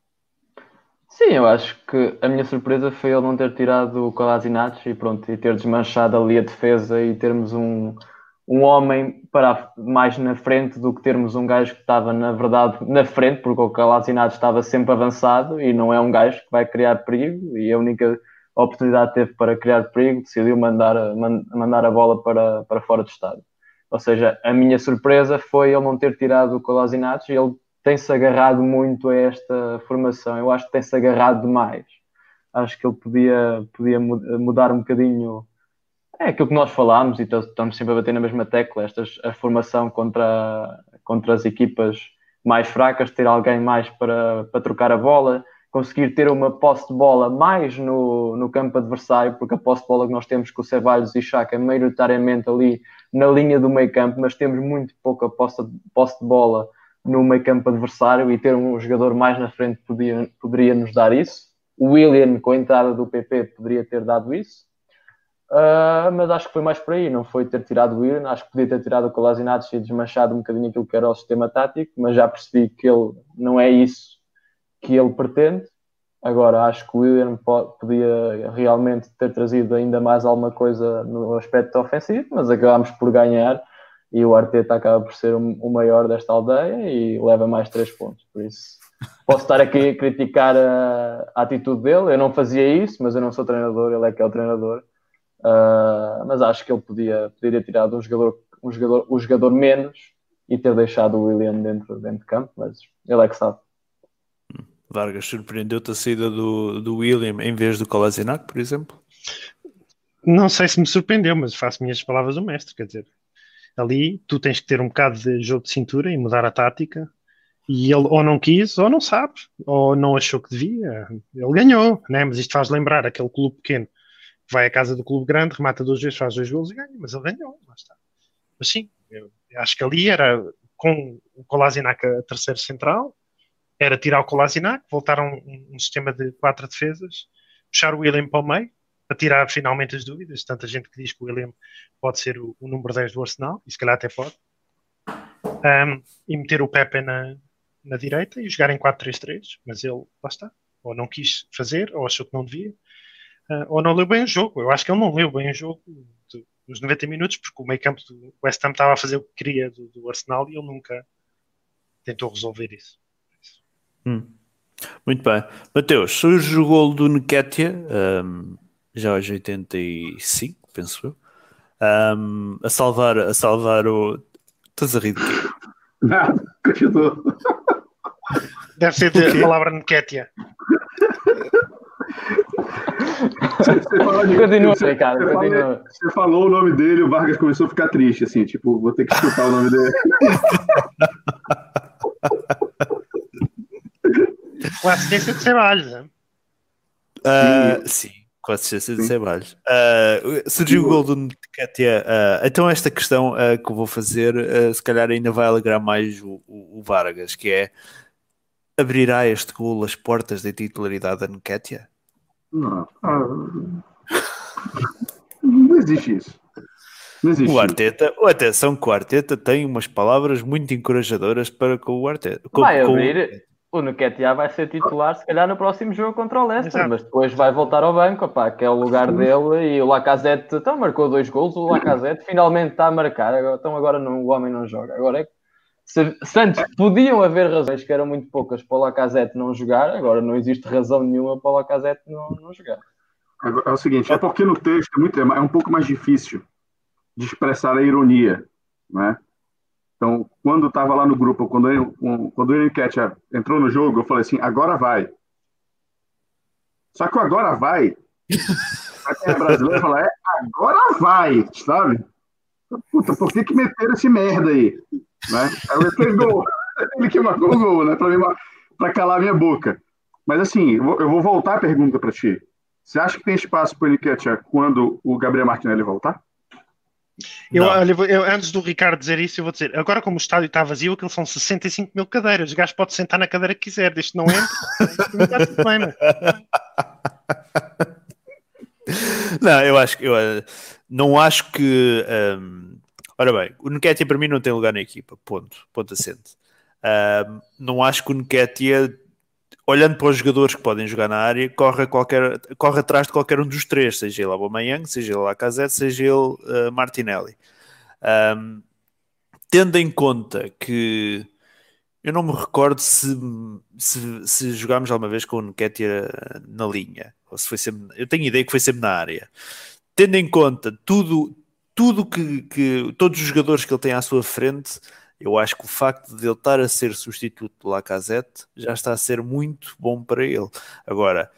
Sim, eu acho que a minha surpresa foi ele não ter tirado o Kolasinac e pronto, e ter desmanchado ali a defesa e termos um, um homem para mais na frente do que termos um gajo que estava na verdade na frente, porque o Kolasinac estava sempre avançado e não é um gajo que vai criar perigo, e a única oportunidade que teve para criar perigo decidiu mandar, mandar a bola para, para fora do estádio. Ou seja, a minha surpresa foi ele não ter tirado o Kolasinac e ele tem-se agarrado muito a esta formação. Eu acho que tem-se agarrado demais. Acho que ele podia, podia mudar um bocadinho. É aquilo que nós falámos e estamos sempre a bater na mesma tecla. Esta, a formação contra, contra as equipas mais fracas, ter alguém mais para, para trocar a bola, conseguir ter uma posse de bola mais no, no campo adversário, porque a posse de bola que nós temos com o Ceballos e Xhaka é maioritariamente ali na linha do meio campo, mas temos muito pouca posse, posse de bola no meio campo adversário, e ter um jogador mais na frente podia, poderia nos dar isso. O William, com a entrada do P P, poderia ter dado isso. Uh, mas acho que foi mais por aí, não foi ter tirado o William. Acho que podia ter tirado o Kolasinac e desmanchado um bocadinho aquilo que era o sistema tático, mas já percebi que ele não é isso que ele pretende. Agora, acho que o William pode, podia realmente ter trazido ainda mais alguma coisa no aspecto ofensivo, mas acabámos por ganhar. E o Arteta acaba por ser o maior desta aldeia e leva mais três pontos. Por isso, posso estar aqui a criticar a, a atitude dele. Eu não fazia isso, mas eu não sou treinador, ele é que é o treinador. Uh, mas acho que ele podia, poderia ter tirado um jogador, um jogador, um jogador menos e ter deixado o William dentro, dentro de campo, mas ele é que sabe. Vargas, surpreendeu-te a saída do, do William em vez do Kolasinac, por exemplo? Não sei se me surpreendeu, mas faço minhas palavras do mestre, quer dizer... Ali tu tens que ter um bocado de jogo de cintura e mudar a tática, e ele ou não quis ou não sabe, ou não achou que devia. Ele ganhou, né? Mas isto faz lembrar aquele clube pequeno que vai à casa do clube grande, remata duas vezes, faz dois golos e ganha, mas ele ganhou, lá está. Mas sim, eu acho que ali era com o Kolasinac a terceiro central, era tirar o Kolasinac, voltar a um, um sistema de quatro defesas, puxar o William para o meio, para tirar finalmente as dúvidas. Tanta gente que diz que o William pode ser o, o número dez do Arsenal, e se calhar até pode, um, e meter o Pepe na, na direita e jogar em quatro três três, mas ele, lá está, ou não quis fazer, ou achou que não devia, uh, ou não leu bem o jogo. Eu acho que ele não leu bem o jogo do, dos noventa minutos, porque o meio campo do West Ham estava a fazer o que queria do, do Arsenal e ele nunca tentou resolver isso. Hum. Muito bem. Mateus, surge o golo do Nketiah, um, já aos oitenta e cinco, penso eu, um, a salvar, a salvar o... Estás a rir de quê? Nada, continua. Deve ser de palavra Nketiah. Você, você fala de, Continua, você, Ricardo, você, continua. fala, você falou o nome dele, o Vargas começou a ficar triste, assim, tipo, vou ter que escutar o nome dele. Com a assistência de Ceballos, né? Uh, sim, com a assistência de Ceballos. Uh, surgiu o gol do Nketiah. Uh, então esta questão uh, que eu vou fazer, uh, se calhar ainda vai alegrar mais o, o, o Vargas, que é: abrirá este gol as portas da titularidade da Nketiah? Não, ah, não existe isso. Não existe o Arteta, isso. Atenção que o Arteta tem umas palavras muito encorajadoras para com o Arteta. Com, vai com abrir, o Nketiah vai ser titular se calhar no próximo jogo contra o Leicester, Exato. Mas depois vai voltar ao banco, opá, que é o lugar dele, e o Lacazette então, marcou dois golos, o Lacazette finalmente está a marcar, então agora não, o homem não joga. Agora é que se, se antes podiam haver razões que eram muito poucas para o Lacazette não jogar, agora não existe razão nenhuma para o Lacazette não, não jogar. É, é o seguinte, é porque no texto é, muito, é um pouco mais difícil de expressar a ironia, né? Então, quando eu estava lá no grupo, quando, eu, quando o Nketiah entrou no jogo, eu falei assim, agora vai. Só que o agora vai, pra quem é brasileiro, fala, é, agora vai, sabe? Puta, por que que meteram esse merda aí? Né? Aí ele gol. Ele que marcou o gol, né? Pra, mim, pra calar a minha boca. Mas assim, eu vou, eu vou voltar a pergunta pra ti. Você acha que tem espaço pro Nketiah quando o Gabriel Martinelli voltar? Eu, eu, eu, antes do Ricardo dizer isso, eu vou dizer, agora como o estádio está vazio, aquilo são sessenta e cinco mil cadeiras, o gajo pode sentar na cadeira que quiser, desde que não entre, não está tudo bem, não. Não, eu acho que eu, não acho que um, ora bem, o Nketiah para mim não tem lugar na equipa, ponto, ponto assente. Um, não acho que o Nketiah, olhando para os jogadores que podem jogar na área, corre, qualquer, corre atrás de qualquer um dos três, seja ele Aubameyang, seja ele Lacazette, seja ele uh, Martinelli. Um, tendo em conta que eu não me recordo se, se, se jogámos alguma vez com o Nketiah na linha, ou se foi sempre, eu tenho ideia que foi sempre na área. Tendo em conta tudo, tudo que, que todos os jogadores que ele tem à sua frente, eu acho que o facto de ele estar a ser substituto do Lacazette já está a ser muito bom para ele. Agora,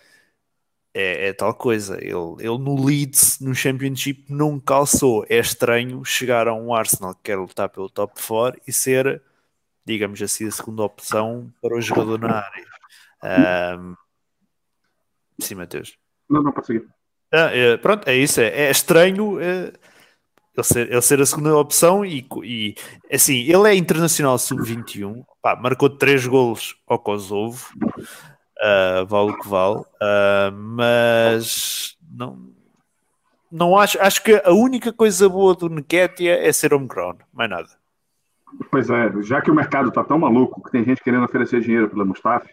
é, é tal coisa, ele, ele no Leeds, no Championship, não calçou. É estranho chegar a um Arsenal que quer lutar pelo top quatro e ser, digamos assim, a segunda opção para o jogador na área. Um, sim, Mateus. Não, não, pode seguir. Ah, é, pronto, é isso. É, é estranho é, ele, ser, ele ser a segunda opção e, e assim, ele é internacional sub vinte e um, pá, marcou três golos ao Kosovo, uh, vale o que vale, uh, mas não, não acho, acho que a única coisa boa do Nketiah é ser homegrown, mais nada. Pois é, já que o mercado está tão maluco que tem gente querendo oferecer dinheiro pela Mustafi,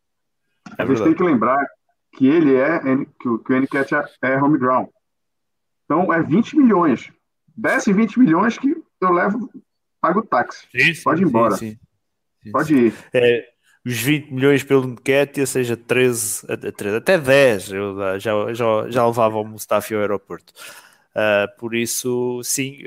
é a gente tem que lembrar que ele é, que o, que o Nketiah é homegrown. Então é vinte milhões. Desce vinte milhões que eu levo, pago o táxi. Sim, sim, pode ir embora. Sim, sim. Sim, Pode sim. ir. É, os vinte milhões pelo Nketiah, seja treze, até dez, eu já, já, já levava o Mustafi ao aeroporto. Uh, por isso, sim,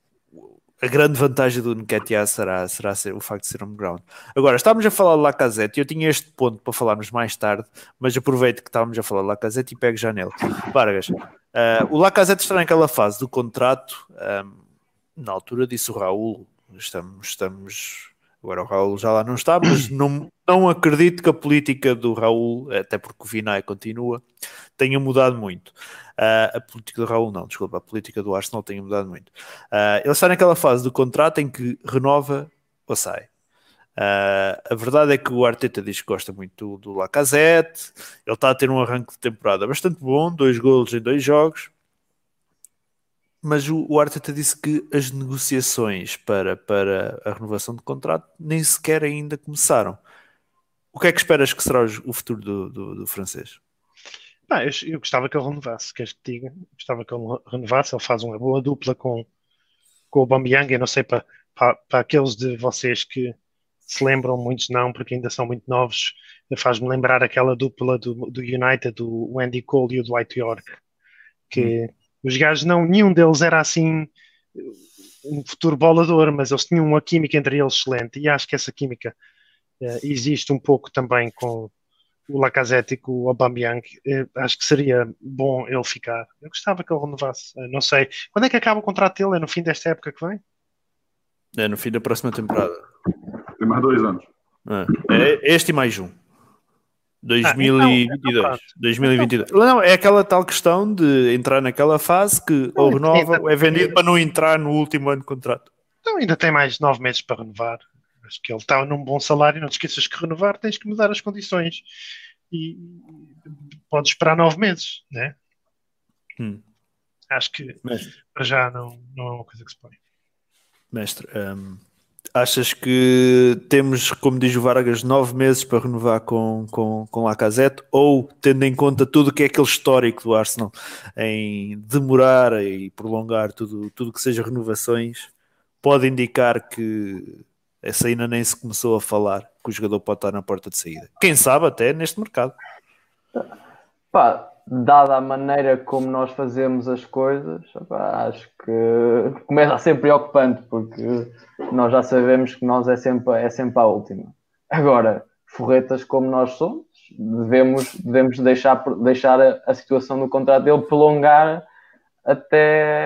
a grande vantagem do Nketiah será, será ser, o facto de ser homegrown. Agora, estávamos a falar de Lacazette, eu tinha este ponto para falarmos mais tarde, mas aproveito que estávamos a falar de Lacazette e pego já nele. Vargas, uh, o Lacazette está naquela fase do contrato, um, na altura disse o Raul, estamos, estamos, agora o Raul já lá não está, mas não, não acredito que a política do Raul, até porque o Vinay continua, tenha mudado muito. Uh, a política do Raul não, desculpa, a política do Arsenal tenha mudado muito. Uh, ele está naquela fase do contrato em que renova ou sai. Uh, a verdade é que o Arteta diz que gosta muito do, do Lacazette, ele está a ter um arranque de temporada bastante bom, dois golos em dois jogos, mas o, o Arteta disse que as negociações para, para a renovação de contrato nem sequer ainda começaram. O que é que esperas que será o, o futuro do, do, do francês? Ah, eu, eu gostava que ele renovasse, queres que te diga? Gostava que ele renovasse, ele faz uma boa dupla com, com o Aubameyang, eu não sei para, para, para aqueles de vocês que se lembram, muitos não, porque ainda são muito novos, faz-me lembrar aquela dupla do, do United, do Andy Cole e o Dwight York, que hum. os gajos não, nenhum deles era assim um futuro bolador, mas eles tinham uma química entre eles excelente, e acho que essa química uh, existe um pouco também com o Lacazette e com o Aubameyang. Eu acho que seria bom ele ficar. Eu gostava que ele renovasse. Eu não sei. Quando é que acaba o contrato dele? É no fim desta época que vem? É no fim da próxima temporada. Tem mais dois anos. É este e mais um. dois mil e vinte e dois. Ah, então, dois mil e vinte e dois. Então, não, é aquela tal questão de entrar naquela fase que ou renova ou é vendido para não entrar no último ano de contrato. Então ainda tem mais nove meses para renovar. Acho que ele está num bom salário, não te esqueças que renovar tens que mudar as condições e podes esperar nove meses, né? Hum. Acho que Mestre, para já não, não é uma coisa que se põe. Mestre, hum, achas que temos, como diz o Vargas, nove meses para renovar com, com, com Lacazette, ou tendo em conta tudo o que é aquele histórico do Arsenal em demorar e prolongar tudo, tudo que seja renovações, pode indicar que essa ainda nem se começou a falar, que o jogador pode estar na porta de saída. Quem sabe até neste mercado. Pá, dada a maneira como nós fazemos as coisas, pá, acho que começa a ser preocupante, porque nós já sabemos que nós é sempre, é sempre a última. Agora, forretas como nós somos, devemos, devemos deixar, deixar a, a situação do contrato dele prolongar até,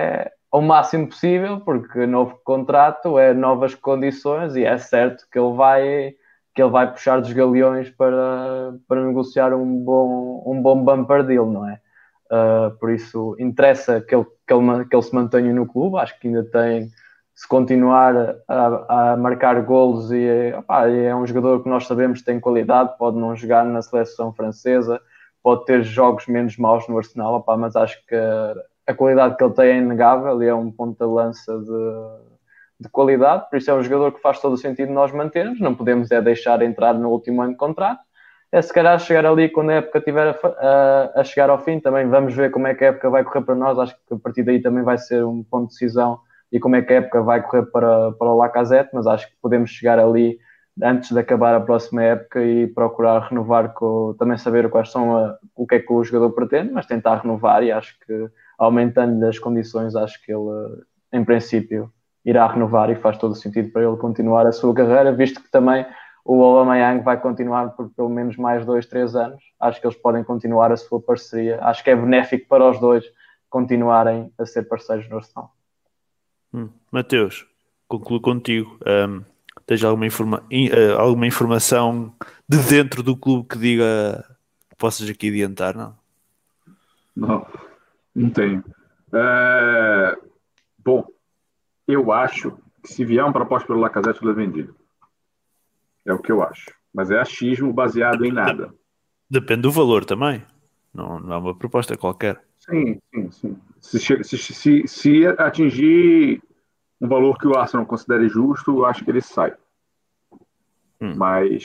ao máximo possível, porque novo contrato é novas condições e é certo que ele vai, que ele vai puxar dos galeões para, para negociar um bom, um bom bumper deal, não é? Uh, por isso interessa que ele, que, ele, que ele se mantenha no clube. Acho que ainda tem, se continuar a, a marcar golos, e opá, é um jogador que nós sabemos que tem qualidade, pode não jogar na seleção francesa, pode ter jogos menos maus no Arsenal, opá, mas acho que a qualidade que ele tem é inegável e é um ponto de lança de, de qualidade. Por isso é um jogador que faz todo o sentido nós mantermos. Não podemos é deixar entrar no último ano de contrato. É se calhar chegar ali quando a época estiver a, a, a chegar ao fim. Também vamos ver como é que a época vai correr para nós. Acho que a partir daí também vai ser um ponto de decisão e como é que a época vai correr para, para o Lacazette, mas acho que podemos chegar ali antes de acabar a próxima época e procurar renovar, com, também saber quais são a, o que é que o jogador pretende, mas tentar renovar, e acho que aumentando as condições, acho que ele, em princípio, irá renovar e faz todo o sentido para ele continuar a sua carreira, visto que também o Aubameyang vai continuar por pelo menos mais dois, três anos. Acho que eles podem continuar a sua parceria. Acho que é benéfico para os dois continuarem a ser parceiros no Arsenal. Hum. Mateus, concluo contigo. Um, tens alguma, informa- uh, alguma informação de dentro do clube que diga que possas aqui adiantar, não? Não, não tenho. É... Bom, eu acho que se vier uma proposta pelo Lacazette, ele é vendido. É o que eu acho. Mas é achismo baseado em nada. Depende do valor também. Não, não é uma proposta qualquer. Sim, sim, sim. Se, se, se, se atingir um valor que o Arsenal considere justo, eu acho que ele sai. Hum. Mas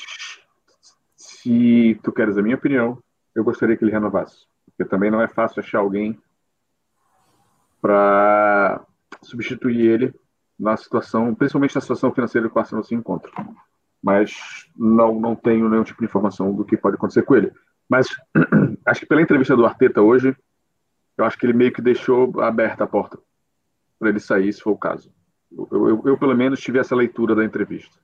se tu queres a minha opinião, eu gostaria que ele renovasse. Porque também não é fácil achar alguém para substituir ele na situação, principalmente na situação financeira que o Arsenal se encontra. Mas não, não tenho nenhum tipo de informação do que pode acontecer com ele. Mas acho que pela entrevista do Arteta hoje, eu acho que ele meio que deixou aberta a porta para ele sair, se for o caso. Eu, eu, eu, pelo menos, tive essa leitura da entrevista.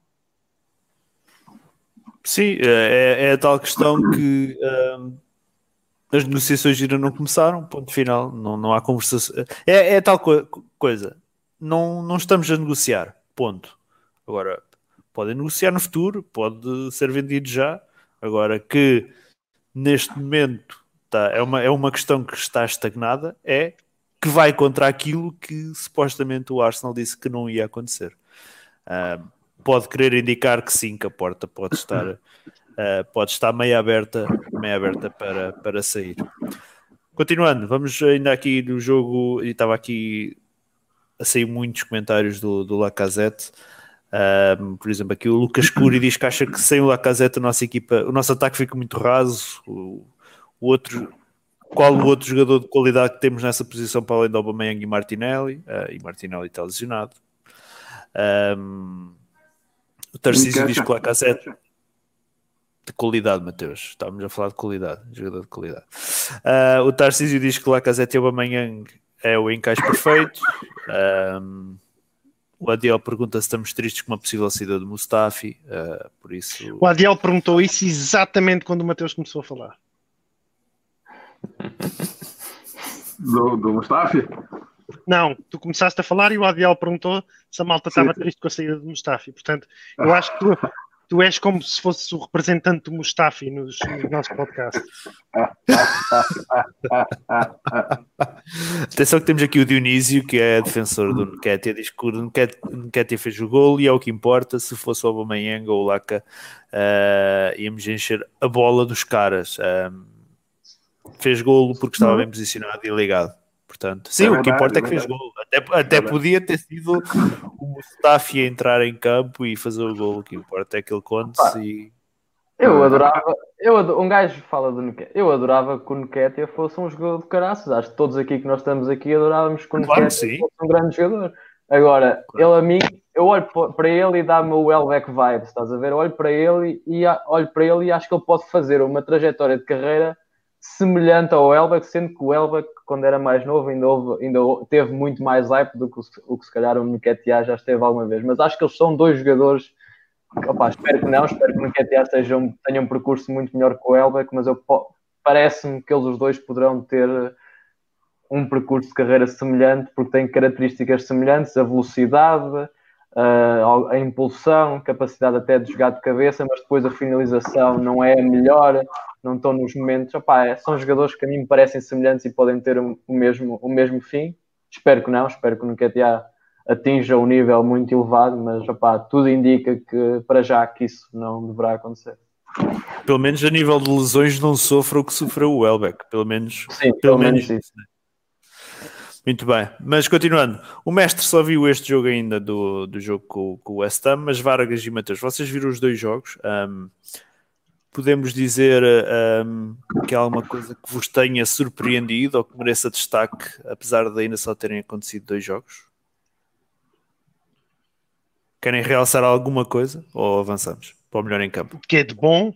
Sim, é, é a tal questão que um, as negociações ainda não começaram, ponto final, não, não há conversação. É, é a tal co- coisa, não, não estamos a negociar, ponto. Agora, podem negociar no futuro, pode ser vendido já. Agora que neste momento tá, é, uma, é uma questão que está estagnada, é que vai contra aquilo que supostamente o Arsenal disse que não ia acontecer. Uh, pode querer indicar que sim, que a porta pode estar, uh, pode estar meio aberta, meio aberta para, para sair. Continuando, vamos ainda aqui no jogo, e estava aqui a sair muitos comentários do, do Lacazette. Um, por exemplo, aqui o Lucas Curi diz que acha que sem o Lacazette a nossa equipa, o nosso ataque fica muito raso. O, o outro, qual o outro jogador de qualidade que temos nessa posição para além do Aubameyang e Martinelli? Uh, e Martinelli está lesionado. Um, o Tarcísio diz que o Lacazette de qualidade, Mateus, estávamos a falar de qualidade, jogador de qualidade. Uh, o Tarcísio diz que o Lacazette e o Aubameyang é o encaixe perfeito. Um, O Adiel pergunta se estamos tristes com uma possível saída de Mustafi, uh, por isso... O Adiel perguntou isso exatamente quando o Mateus começou a falar. Do, do Mustafi? Não, tu começaste a falar e o Adiel perguntou se a malta Sim, estava sim. triste com a saída de Mustafi. Portanto, eu acho que tu, tu és como se fosse o representante do Mustafi nos, nos nossos podcasts. Atenção que temos aqui o Dionísio, que é defensor do Nketiah, diz que o Nketiah fez o golo e é o que importa. Se fosse o Aubameyang ou o Laka, uh, íamos encher a bola dos caras. Um, fez golo porque estava bem posicionado e ligado. Portanto, sim, É o que verdade, importa é é que fez verdade. golo. Até, até podia ter sido o Mustafi a entrar em campo e fazer o golo. O que importa é que ele conte e... Eu adorava, eu ado- um gajo fala do Nketiah, eu adorava que o Nketiah fosse um jogador de caraças. Acho que todos aqui que nós estamos aqui adorávamos que o Claro que Nketiah sim. fosse um grande jogador. Agora, Claro. ele a mim, eu olho pa- para ele e dá-me o Welbeck vibes, estás a ver? Eu olho para ele e a- olho para ele e acho que ele pode fazer uma trajetória de carreira semelhante ao Welbeck, sendo que o Welbeck, quando era mais novo, ainda, houve, ainda teve muito mais hype do que o, o que se calhar o Nketiah já esteve alguma vez. Mas acho que eles são dois jogadores. Opa, espero que não, espero que o Nketiah tenham um percurso muito melhor que o Welbeck, mas eu, parece-me que eles os dois poderão ter um percurso de carreira semelhante, porque tem características semelhantes, a velocidade, a, a impulsão, capacidade até de jogar de cabeça, mas depois a finalização não é a melhor, não estão nos momentos. Opa, é, são jogadores que a mim me parecem semelhantes e podem ter o, o, mesmo, o mesmo fim. Espero que não, espero que o Nketiah atinja um nível muito elevado, mas opa, tudo indica que para já que isso não deverá acontecer. Pelo menos a nível de lesões não sofra o que sofreu o Welbeck, pelo menos, Sim, pelo, pelo menos, menos isso. Muito bem, mas continuando, o mestre só viu este jogo ainda do, do jogo com, com o West Ham, mas Vargas e Mateus, vocês viram os dois jogos? Um, podemos dizer um, que há alguma coisa que vos tenha surpreendido ou que mereça destaque, apesar de ainda só terem acontecido dois jogos? Querem realçar alguma coisa ou avançamos para o melhor em campo? Que é de bom?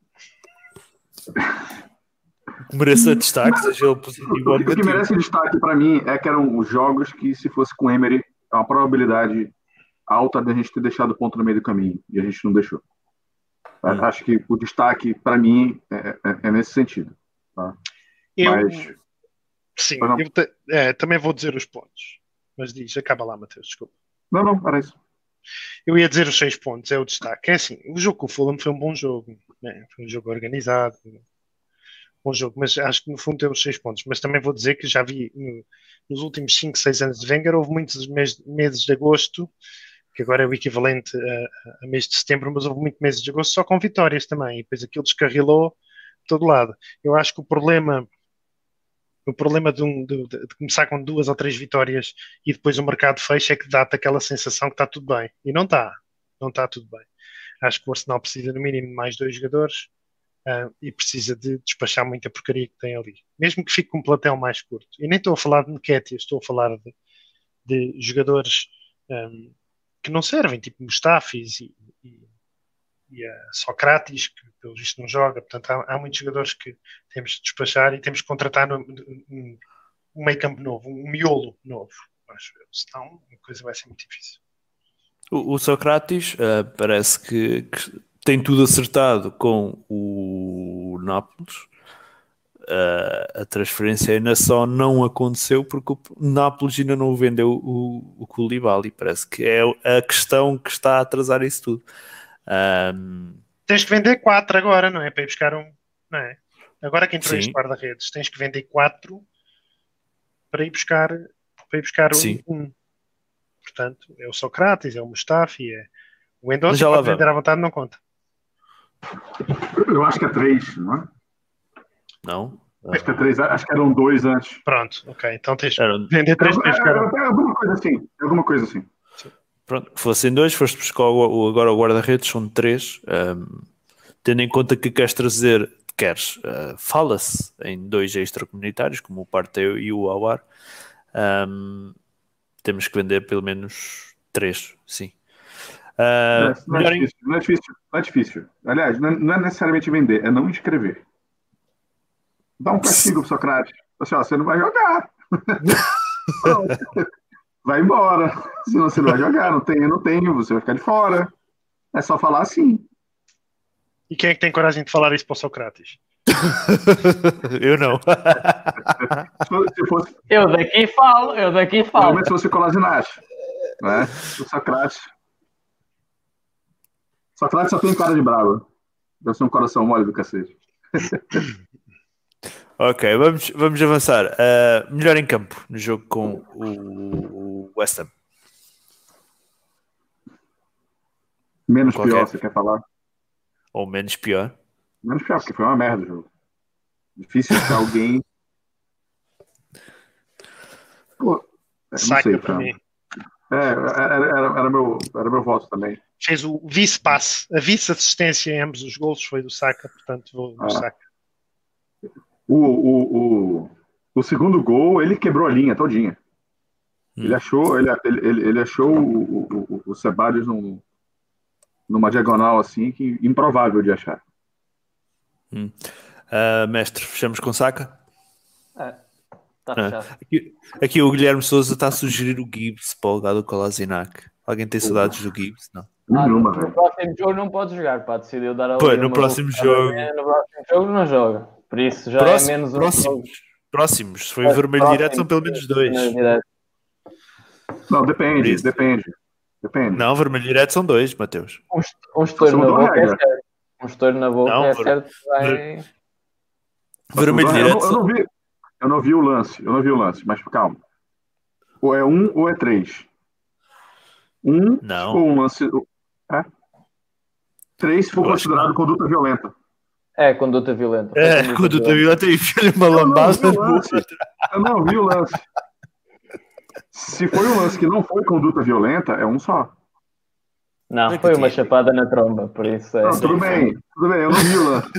Que mereça destaque, seja ele positivo ou negativo. O que merece destaque para mim é que eram os jogos que, se fosse com o Emery, há uma probabilidade alta de a gente ter deixado o ponto no meio do caminho, e a gente não deixou. Hum. Acho que o destaque, para mim, é, é, é nesse sentido. Tá? Eu, mas... Sim, eu te, é, também vou dizer os pontos. Mas diz, acaba lá, Mateus, desculpa. Não, não, era isso. Eu ia dizer os seis pontos, é o destaque. É assim, o jogo com o Fulham foi um bom jogo. Né? Foi um jogo organizado. Bom jogo, mas acho que no fundo temos seis pontos. Mas também vou dizer que já vi no, nos últimos cinco, seis anos de Wenger, houve muitos meses, meses de agosto, que agora é o equivalente a, a mês de setembro, mas houve muitos meses de agosto só com vitórias também. E depois aquilo descarrilou de todo lado. Eu acho que o problema, o problema de, um, de, de começar com duas ou três vitórias e depois o mercado fecha é que dá-te aquela sensação que está tudo bem. E não está. Não está tudo bem. Acho que o Arsenal precisa no mínimo de mais dois jogadores. Uh, e precisa de despachar muita porcaria que tem ali, mesmo que fique com um plantel mais curto. E nem estou a falar de Nketiah, estou a falar de, de jogadores um, que não servem, tipo Mustafis e, e, e a Socrates, que pelo visto não joga. Portanto, há, há muitos jogadores que temos de despachar e temos que contratar no, um, um meio campo novo, um miolo novo. Acho, senão a coisa vai ser muito difícil. O, o Socrates uh, parece que, que tem tudo acertado com o Nápoles. Uh, a transferência ainda só não aconteceu porque o Nápoles ainda não vendeu o, o Koulibaly. Parece que é a questão que está a atrasar isso tudo. Um... Tens que vender quatro agora, não é? Para ir buscar um, não é? Agora que entrou Sim. este guarda-redes, tens que vender quatro para ir buscar, para ir buscar um, um. Portanto, é o Socrates, é o Mustafi, é o Endonça, já pode vender à vontade, não conta. Eu acho que é três, não é? Não? Acho que é três, acho que eram dois antes. Pronto, ok. Então tens que Era... vender três para buscar um. É alguma coisa assim, alguma coisa assim. Pronto, que fossem dois, foste buscar o, agora o guarda-redes, são três. Um, tendo em conta que queres trazer, queres, uh, fala-se em dois extracomunitários, como o Partey e o Aouar. Um, temos que vender pelo menos três, sim. Uh, não, não, é difícil, não, é difícil, não é difícil. Aliás, não é, não é necessariamente vender, é não inscrever. Dá um castigo pro Socrates. Assim, ó, você não vai jogar. Vai embora. Senão você não vai jogar. Não tenho, não tenho. Você vai ficar de fora. É só falar assim. E quem é que tem coragem de falar isso para o Socrates? Eu não. Se fosse... Eu daqui falo, eu daqui falo. Normalmente se fosse o Kolasinac, né? O Socrates. Socrates só tem cara de bravo. Deve ser um coração mole do cacete. Ok, vamos, vamos avançar. Uh, melhor em campo no jogo com o, o West Ham. Menos Qualquer. pior, você quer falar? Ou menos pior? Menos pior, porque foi uma merda o jogo. Difícil achar alguém. Pô, não sei, para mim. É, era, era, era, meu, era meu voto também. Fez o vice-passe, a vice-assistência em ambos os golos foi do Saka, portanto vou no ah. Saka. O, o, o, o segundo gol, ele quebrou a linha todinha. Hum. Ele achou, ele, ele, ele achou o, o, o Ceballos num, numa diagonal assim, que improvável de achar. Hum. Uh, mestre, fechamos com Saka? É, tá fechado. Ah, aqui, aqui o Guilherme Souza está a sugerir o Gibbs para o lugar do Kolasinac. Alguém tem saudades do Gibbs? Não. Ah, no, no próximo jogo não pode jogar, pá, decidiu dar a Pô, no próximo jogo. No próximo jogo não joga. Por isso já próximo, é menos um próximo, jogo. Próximos. Se foi o vermelho Próximo, direto, são pelo menos dois. Não, depende, depende. Depende. Não, vermelho direto são dois, Mateus. Um, um estouro na boca é certo. Um estouro na boca não, é ver... certo. Vai... Ver... Vermelho direto. Eu não, eu, não vi, eu não vi o lance, eu não vi o lance, mas calma. Ou é um ou é três. Um não. ou um lance. É? Três se for eu considerado conduta violenta. É, conduta violenta. É, conduta, conduta violenta e filho uma lambada. Eu não vi o lance. Se foi um lance que não foi conduta violenta, é um só. Não, foi uma chapada na tromba, por isso é. Não, tudo bem, tudo bem, eu não vi o lance.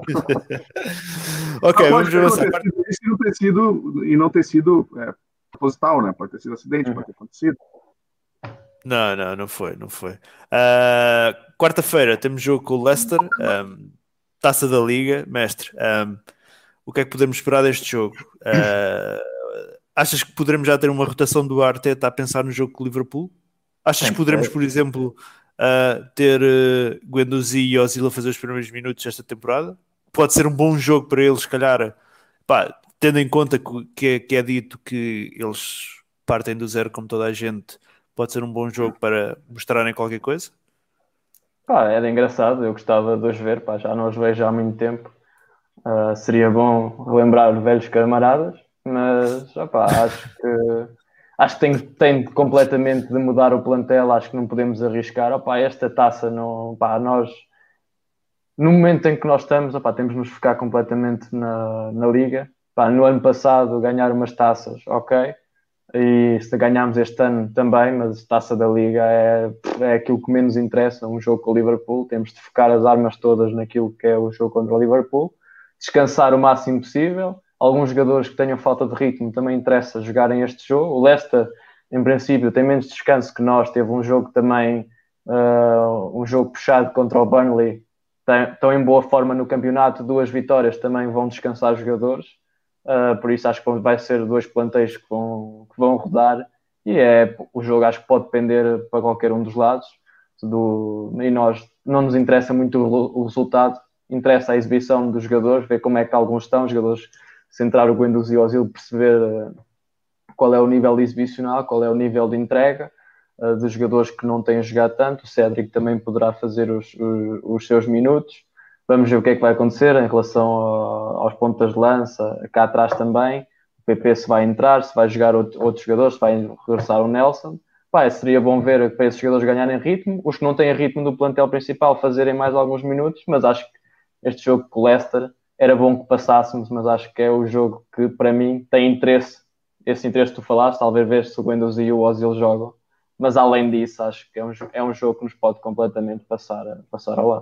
Ok, não, vamos ver essa parte. E não ter sido, e não ter sido é, proposital, né? Pode ter sido acidente, uhum. Pode ter acontecido. Não, não, não foi, não foi. Uh, quarta-feira temos jogo com o Leicester, um, Taça da Liga, mestre. Um, o que é que podemos esperar deste jogo? Uh, achas que poderemos já ter uma rotação do Arteta a pensar no jogo com o Liverpool? Achas que poderemos, por exemplo, uh, ter uh, Guendouzi e Ozil a fazer os primeiros minutos desta temporada? Pode ser um bom jogo para eles, se calhar, pá, tendo em conta que é, que é dito que eles partem do zero como toda a gente. Pode ser um bom jogo para mostrarem qualquer coisa? Pá, era engraçado, eu gostava de os ver, pá, já não os vejo há muito tempo. Uh, seria bom lembrar velhos camaradas, mas opá, acho que acho que tem, tem completamente de mudar o plantel, acho que não podemos arriscar. Opá, esta taça, não, opá, nós no momento em que nós estamos, opá, temos de nos focar completamente na, na Liga. Opá, no ano passado ganhar umas taças, ok. E se ganharmos este ano também, mas Taça da Liga é, é aquilo que menos interessa, um jogo com o Liverpool, temos de focar as armas todas naquilo que é o jogo contra o Liverpool, descansar o máximo possível. Alguns jogadores que tenham falta de ritmo também interessa jogarem este jogo. O Leicester, em princípio, tem menos descanso que nós, teve um jogo também, uh, um jogo puxado contra o Burnley, estão em boa forma no campeonato, duas vitórias também vão descansar os jogadores. Uh, por isso acho que vai ser dois plantéis que vão, que vão rodar e é, o jogo acho que pode depender para qualquer um dos lados do, e nós não nos interessa muito o, o resultado, interessa a exibição dos jogadores, ver como é que alguns estão, os jogadores centrar o Guendouzi e o Ozil, perceber uh, qual é o nível exibicional, qual é o nível de entrega uh, dos jogadores que não têm jogado tanto. O Cédric também poderá fazer os, os, os seus minutos. Vamos ver o que é que vai acontecer em relação aos pontas de lança, cá atrás também. O P P se vai entrar, se vai jogar outro, outros jogadores, se vai regressar o Nelson. Pá, seria bom ver para esses jogadores ganharem ritmo. Os que não têm ritmo do plantel principal fazerem mais alguns minutos, mas acho que este jogo com o Leicester era bom que passássemos, mas acho que é o jogo que, para mim, tem interesse. Esse interesse que tu falaste, talvez ver se o Guendouzi e o Ozil jogam. Mas, além disso, acho que é um, é um jogo que nos pode completamente passar, passar ao lado.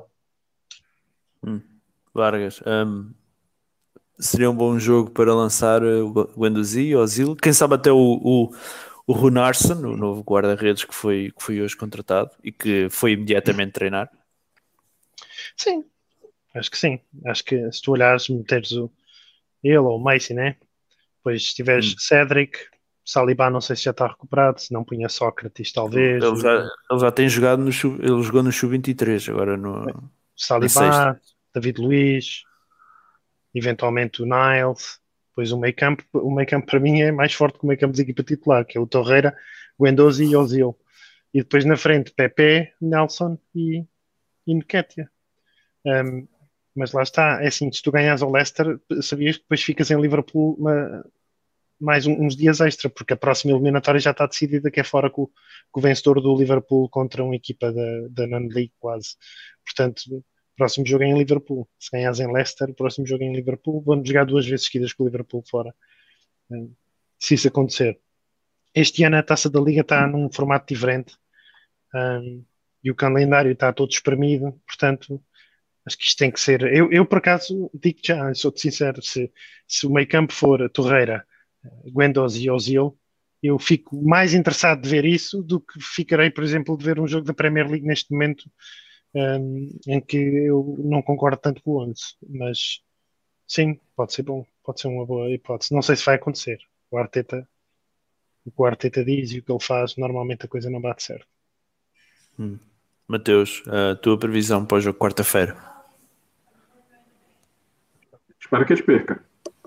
Hum, Vargas, um, seria um bom jogo para lançar o Guendouzi, o Ozil, quem sabe até o, o, o Runarsson, o novo guarda-redes que foi, que foi hoje contratado e que foi imediatamente treinar. Sim, acho que sim. Acho que se tu olhares, meteres o, ele ou o Macy, né? Depois se tiveres hum. Cédric, Saliba não sei se já está recuperado, se não punha Sócrates talvez. Ele já, ele já tem jogado no sub, ele jogou no sub vinte e três agora no... Saliba, David Luiz, eventualmente o Niles, depois o meio campo, o meio campo para mim é mais forte que o meio campo da equipa titular, que é o Torreira, Guendouzi e Ozil. E depois na frente Pepe, Nelson e, e Nketiah. Um, mas lá está, é assim, se tu ganhas ao Leicester, sabias que depois ficas em Liverpool uma, mais um, uns dias extra, porque a próxima eliminatória já está decidida, que é fora com, com o vencedor do Liverpool contra uma equipa da, da Non-League quase. Portanto, o próximo jogo é em Liverpool. Se ganhas em Leicester, o próximo jogo é em Liverpool. Vamos jogar duas vezes seguidas com o Liverpool fora. Se isso acontecer. Este ano a Taça da Liga está num formato diferente. Um, e o calendário está todo espremido. Portanto, acho que isto tem que ser... Eu, eu por acaso, digo já, sou-te sincero, se, se o meio campo for Torreira, Guendouzi e Ozil, eu fico mais interessado de ver isso do que ficarei, por exemplo, de ver um jogo da Premier League neste momento um, em que eu não concordo tanto com o onze. Mas sim, pode ser bom, pode ser uma boa hipótese. Não sei se vai acontecer. O Arteta, o que o Arteta diz e o que ele faz, normalmente a coisa não bate certo. Hum. Mateus, a tua previsão para o jogo quarta-feira? Espero que eles percam.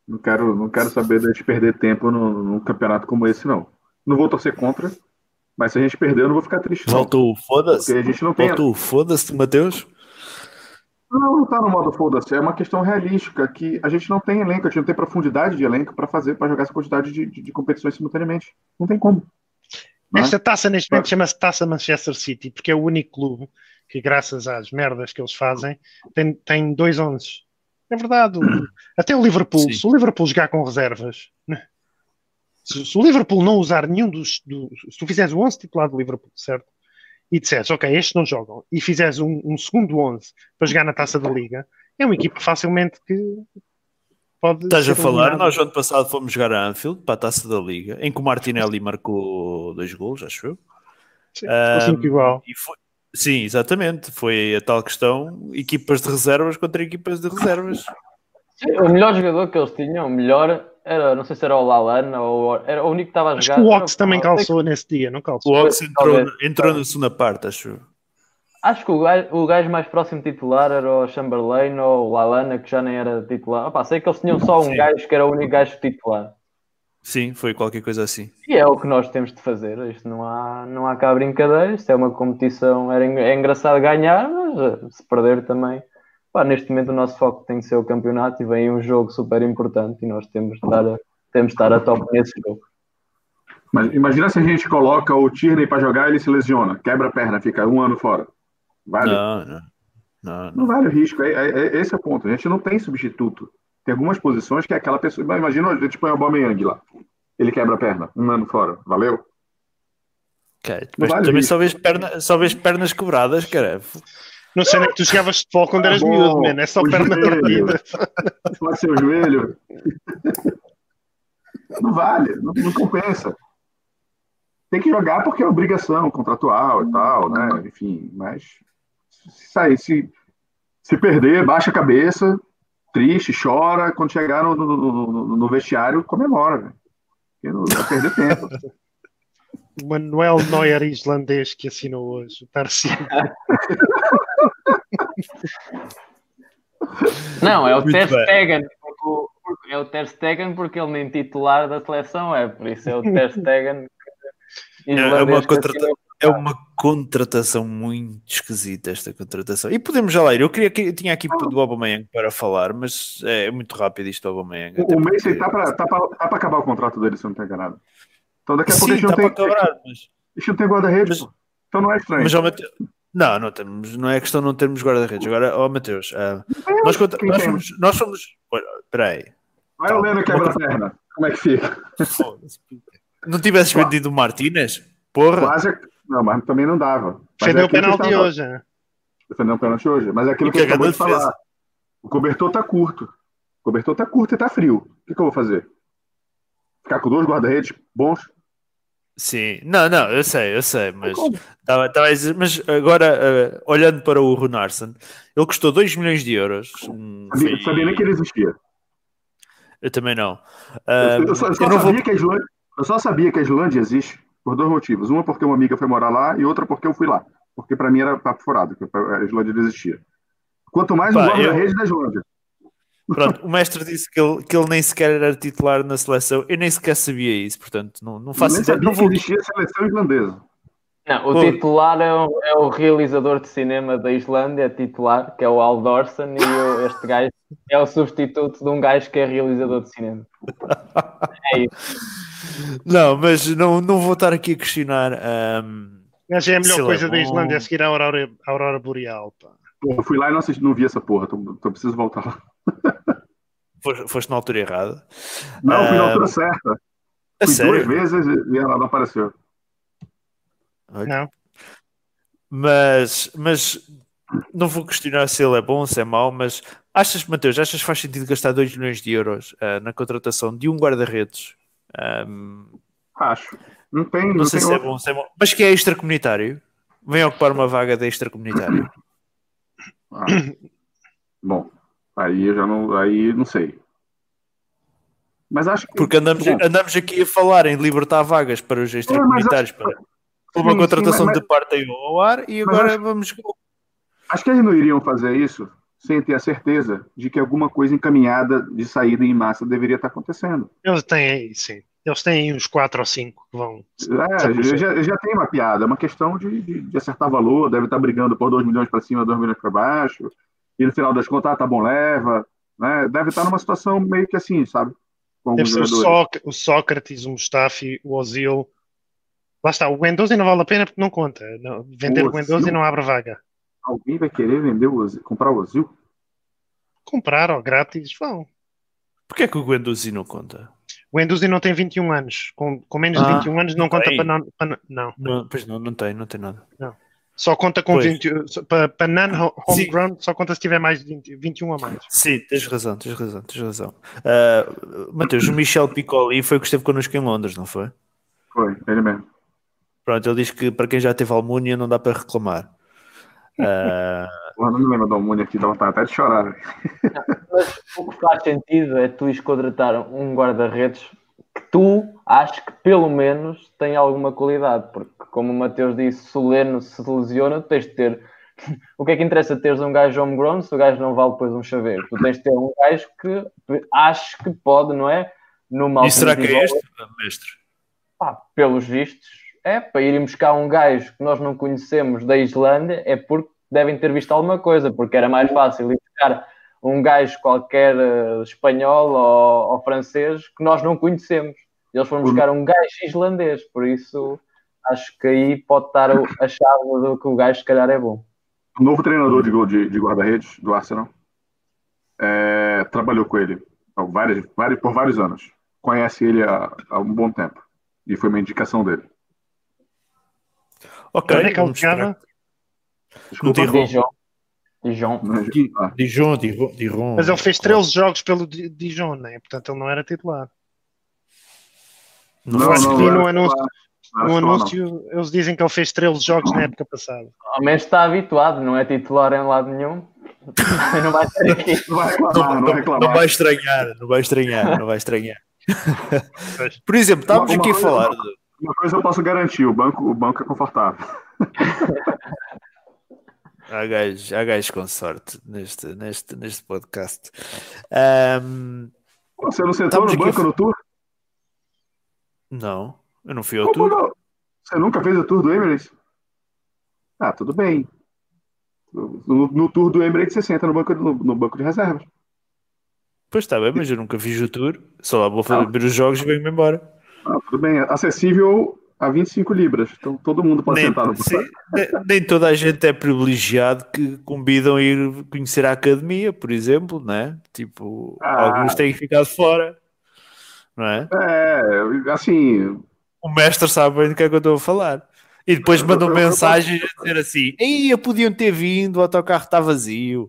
Não quero, não quero saber de gente perder tempo no, num campeonato como esse, não. Não vou torcer contra, mas se a gente perder, eu não vou ficar triste. Não. Voltou o foda-se? Porque a gente não tem. Voltou o foda-se, Matheus? Não, não tá no modo foda-se. É uma questão realística que a gente não tem elenco, a gente não tem profundidade de elenco para fazer, para jogar essa quantidade de, de, de competições simultaneamente. Não tem como. Esta taça neste momento chama-se Taça Manchester City, porque é o único clube que, graças às merdas que eles fazem, tem, tem dois onze. É verdade. O, até o Liverpool, Sim. se o Liverpool jogar com reservas, né? se, se o Liverpool não usar nenhum dos, do, se tu fizeres o onze titular do Liverpool, certo? E disseres, ok, estes não jogam, e fizeres um, um segundo onze para jogar na Taça da Liga, é uma equipe facilmente que pode. Estás a falar, eliminada. nós ano passado fomos jogar a Anfield para a Taça da Liga, em que o Martinelli marcou dois golos, acho eu. Sim, ficou cinco igual. E foi, sim, exatamente. Foi a tal questão: equipas de reservas contra equipas de reservas. O melhor jogador que eles tinham, o melhor, era, não sei se era o Lallana ou era o único que estava a Acho jogar. que o Ox era, também não sei calçou nesse dia, não O calçou? Ox entrou, Talvez. entrou na segunda parte, acho eu. Acho que o gajo, o gajo mais próximo titular era o Chamberlain ou o Lallana, que já nem era titular. Opa, sei que eles tinham só um Sim. gajo que era o único gajo titular. Sim, foi qualquer coisa assim. E é o que nós temos de fazer. Isto não há, não há cá brincadeira. Isto é uma competição. Era, en- é engraçado ganhar, mas eh, se perder também. Pá, neste momento o nosso foco tem que ser o campeonato e vem um jogo super importante e nós temos de estar a, temos de estar a top nesse jogo. Mas imagina se a gente coloca o Tierney para jogar e ele se lesiona, quebra a perna, fica um ano fora. Vale? Não, não. Não, Não não. vale o risco. É, é- é- esse é o ponto. A gente não tem substituto. Tem algumas posições que é aquela pessoa. Imagina, a gente põe o Aubameyang lá. Ele quebra a perna, um ano fora. Valeu? Cara, Não mas vale também isso. só vês, perna, só vês pernas quebradas, cara. Não sei nem que tu jogavas de futebol quando eras Tá bom, miúdo, man. É só o perna joelho. partida. Pode ser o joelho. Não vale, não, não compensa. Tem que jogar porque é obrigação contratual e tal, né? Enfim, mas se sair, se, se perder, baixa a cabeça, triste, chora. Quando chegar no, no, no- no vestiário, comemora, velho. Porque não vai perder tempo. O Manuel Neuer islandês que assinou hoje. O Tarcísio. Não, é o Muito Ter bem. Stegen. porque o- É o Ter Stegen porque ele nem titular da seleção é. Por isso é o Ter Stegen. É, é, uma islandês que contrata- assinou. é uma contratação muito esquisita esta contratação. E podemos já lá ir. Eu queria que eu tinha aqui do Aubameyang para falar, mas é muito rápido isto do Aubameyang. O, até o Messi porque- tá para tá pra, tá pra acabar o contrato dele, se eu não estou enganado. Então daqui a pouco a Sim, gente não está tem, para acabar, mas... a gente não tem guarda-redes, Mas- pô. Então não é estranho. Mas, ó, Mate- não, não, temos, não é questão de não termos guarda-redes. Agora, ó Mateus, ah, nós, contra- Quem nós, tem? fomos, nós fomos. Olha, espera aí. Vai o Leno quebra a perna. Como é que fica? Foda-se. Não tivesses vendido o Martínez? Porra! Quase. Não, mas também não dava. Mas Defendeu é o aquilo que penalti estava- hoje. né? Defendeu o pênalti hoje. Mas é aquilo E que eu acabou cagando de a defesa. falar. O cobertor tá curto. O cobertor tá curto e tá frio. O que, que eu vou fazer? Ficar com dois guarda-redes bons? Sim, não, não, eu sei, eu sei, mas, tava, tava a dizer- mas agora, ah, olhando para o Runarsson, ele custou dois milhões de euros. Hum, Sabia, foi- sabia nem que ele existia. Eu também não. Ah, Eu, eu só, eu só eu não sabia vou. que a Islândia, eu só sabia que a Islândia existe por dois motivos. Uma porque uma amiga foi morar lá e outra porque eu fui lá. Porque para mim era papo furado, que a Islândia não existia. Quanto mais um Pá, guarda-redes da Islândia. Pronto, o mestre disse que ele, que ele nem sequer era titular na seleção. Eu nem sequer sabia isso, portanto, não, não Eu faço nem ideia. sabia Não que vou. existia a seleção islandesa. Não, o Pô. titular é o, é o realizador de cinema da Islândia, titular, que é o Aldorsson, e o- este gajo é o substituto de um gajo que é realizador de cinema. É isso. Não, mas não, não vou estar aqui a questionar. ahm, Mas é a melhor Se ele é coisa da bom. Islândia a seguir a Aurora, a Aurora Boreal. Pá. Pô, eu fui lá e não, assisti, não vi essa porra. Então, então eu preciso voltar lá. foste, foste na altura errada. Não, fui na Ah, altura certa. A Fui sério? duas vezes e ela não apareceu. Não? Mas, mas não vou questionar se ele é bom, se é mau, mas achas, Mateus, achas que faz sentido gastar dois milhões de euros ah, na contratação de um guarda-redes? Ahm, Acho. Não tem. não, Não, sei tem se é outro. bom, se é bom, mas que é extracomunitário. Vem ocupar uma vaga de extracomunitário. Ah, bom, aí eu já não. Aí não sei. Mas acho que. Porque andamos, Bom, andamos aqui a falar em libertar vagas para os extracomunitários. Para uma sim, contratação sim, mas- de parte aí ao ar e mas agora acho- vamos. acho que eles não iriam fazer isso sem ter a certeza de que alguma coisa encaminhada de saída em massa deveria estar acontecendo. Eles têm aí, sim. Eles têm aí uns quatro ou cinco que vão... É, já, já tem uma piada, é uma questão de, de, de acertar valor, deve estar brigando por dois milhões para cima, dois milhões para baixo, e no final das contas, ah, tá bom, leva, né? Deve estar numa situação meio que assim, sabe? Com Deve ser o, jogadores. o Sócrates, o Mustafi, o Ozil. Lá está, o Guendouzi não vale a pena porque não conta. Não, vender o, o Guendouzi não abre vaga. Alguém vai querer vender o Ozil, comprar o Ozil? Comprar ou grátis, vão. Porquê é que o Guendouzi não conta? O Guendouzi não tem vinte e um anos. Com, com menos Ah, de vinte e um anos não, não conta para não, para não. não. Pois não, não tem, não tem nada. Não. Só conta com vinte, para, para non-homegrown, só conta se tiver mais de vinte, vinte e um a mais. Sim, tens razão, tens razão, tens razão. Uh, Mateus, o Michel Piccoli foi o que esteve connosco em Londres, não foi? Foi, ele mesmo. Pronto, ele diz que para quem já teve Almunia não dá para reclamar. Uh... Eu não me lembro da Almunia aqui, dá vontade até de chorar. Não, mas o que faz sentido é tu esquadratar um guarda-redes que tu achas que pelo menos tem alguma qualidade, porque como o Mateus disse, se o Leno se lesiona, tu tens de ter... O que é que interessa teres um gajo homegrown se o gajo não vale depois um chaveiro? Tu tens de ter um gajo que achas que pode, não é? Numa e será que é este, mestre? Pá, pelos vistos, é para irem buscar um gajo que nós não conhecemos da Islândia, é porque devem ter visto alguma coisa, porque era mais fácil ir buscar um gajo qualquer uh, espanhol ou, ou francês que nós não conhecemos. Eles foram buscar um gajo islandês, por isso acho que aí pode estar a chave do que o gajo se calhar é bom. O novo treinador de, de, de guarda-redes do Arsenal é, trabalhou com ele há vários, vários, por vários anos. Conhece ele há, há um bom tempo. E foi uma indicação dele. Ok, onde é que ele jogava? No Dijon. Dijon. Dijon, Dijon, Dijon. Mas ele fez treze jogos pelo Dijon, né? Portanto ele não era titular. Não, Eu acho não, que vi não, no anúncio, não, no não, anúncio não. Eles dizem que ele fez treze jogos na época passada. Ao menos está habituado, não é titular em lado nenhum. Não vai ser aqui. Não vai reclamar, não, não, não, vai reclamar. Não vai estranhar, não vai estranhar, não vai estranhar. Por exemplo, estávamos aqui a falar. Uma coisa eu posso garantir, o banco, o banco é confortável. Há gajos, há gajos com sorte neste, neste, neste podcast. Um, Você não sentou no banco a... no tour? Não, eu não fui ao Como tour. Não? Você nunca fez o tour do Emirates? Ah, tudo bem. No, no tour do Emirates você senta no banco, no, no banco de reservas. Pois está bem, mas eu nunca fiz o tour. Só lá vou fazer, ver os jogos e venho-me embora. Ah, tudo bem, acessível a vinte e cinco libras. Então todo mundo pode nem, sentar no sim, nem, nem toda a gente é privilegiado que convidam a ir conhecer a academia, por exemplo, não é? Tipo, ah, alguns têm ficado fora, não é? É, assim... O mestre sabe bem do que é que eu estou a falar. E depois mandam eu, eu, mensagens eu, eu, a dizer assim: ei, podiam ter vindo, o autocarro está vazio.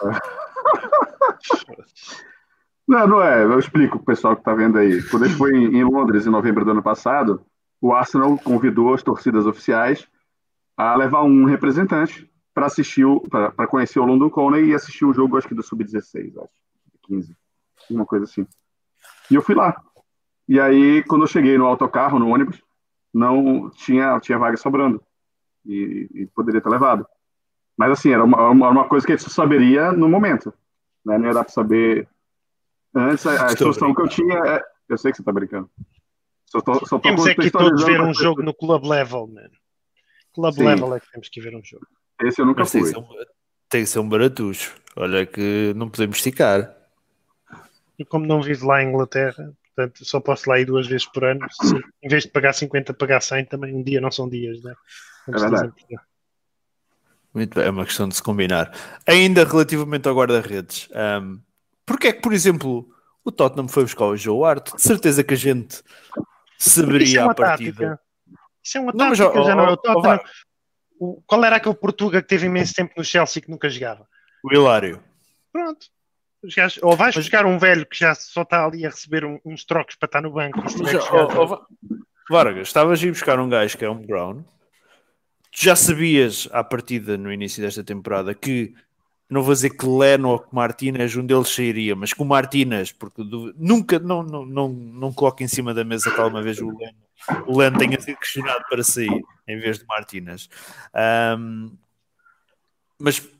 Não, não é. Eu explico para o pessoal que está vendo aí. Quando ele foi em Londres, em novembro do ano passado, o Arsenal convidou as torcidas oficiais a levar um representante para assistir, para conhecer o London Colney e assistir o jogo, acho que do sub dezesseis, acho, quinze, uma coisa assim. E eu fui lá. E aí, quando eu cheguei no autocarro, no ônibus, não tinha, tinha vaga sobrando. E, e poderia ter levado. Mas assim, era uma, uma, uma coisa que a gente só saberia no momento. Né? Não ia dar para saber antes. A, a instrução que eu tinha é... Eu sei que você está brincando. Só tô, só tô temos é que todos ver um jogo no club level, man. Club Sim. level é que temos que ver um jogo. Esse eu nunca Mas fui. Tem que, um, tem que ser um baratucho. Olha que não podemos esticar. E como não vivo lá em Inglaterra, portanto só posso lá ir duas vezes por ano. Se, em vez de pagar cinquenta, pagar cem, também um dia não são dias, né? É verdade. Muito bem, é uma questão de se combinar. Ainda relativamente ao guarda-redes, um, porque é que, por exemplo, o Tottenham foi buscar o Joe Hart? De certeza que a gente saberia é a partida. Tática. Isso é uma não, tática, mas, já oh, não é o Tottenham. Oh, Qual era aquele Portuga que teve imenso tempo no Chelsea que nunca jogava? O Hilário. Pronto. Ou vais mas... buscar um velho que já só está ali a receber um, uns trocos para estar no banco. Mas, oh, oh, Vargas, estavas a ir buscar um gajo que é um ground. Já sabias à partida no início desta temporada que, não vou dizer que Leno ou que Martínez, um deles sairia, mas que o Martínez, porque do, nunca, não, não, não, não coloca em cima da mesa tal uma vez o Leno, o Leno tenha sido questionado para sair, em vez de Martínez. Um, mas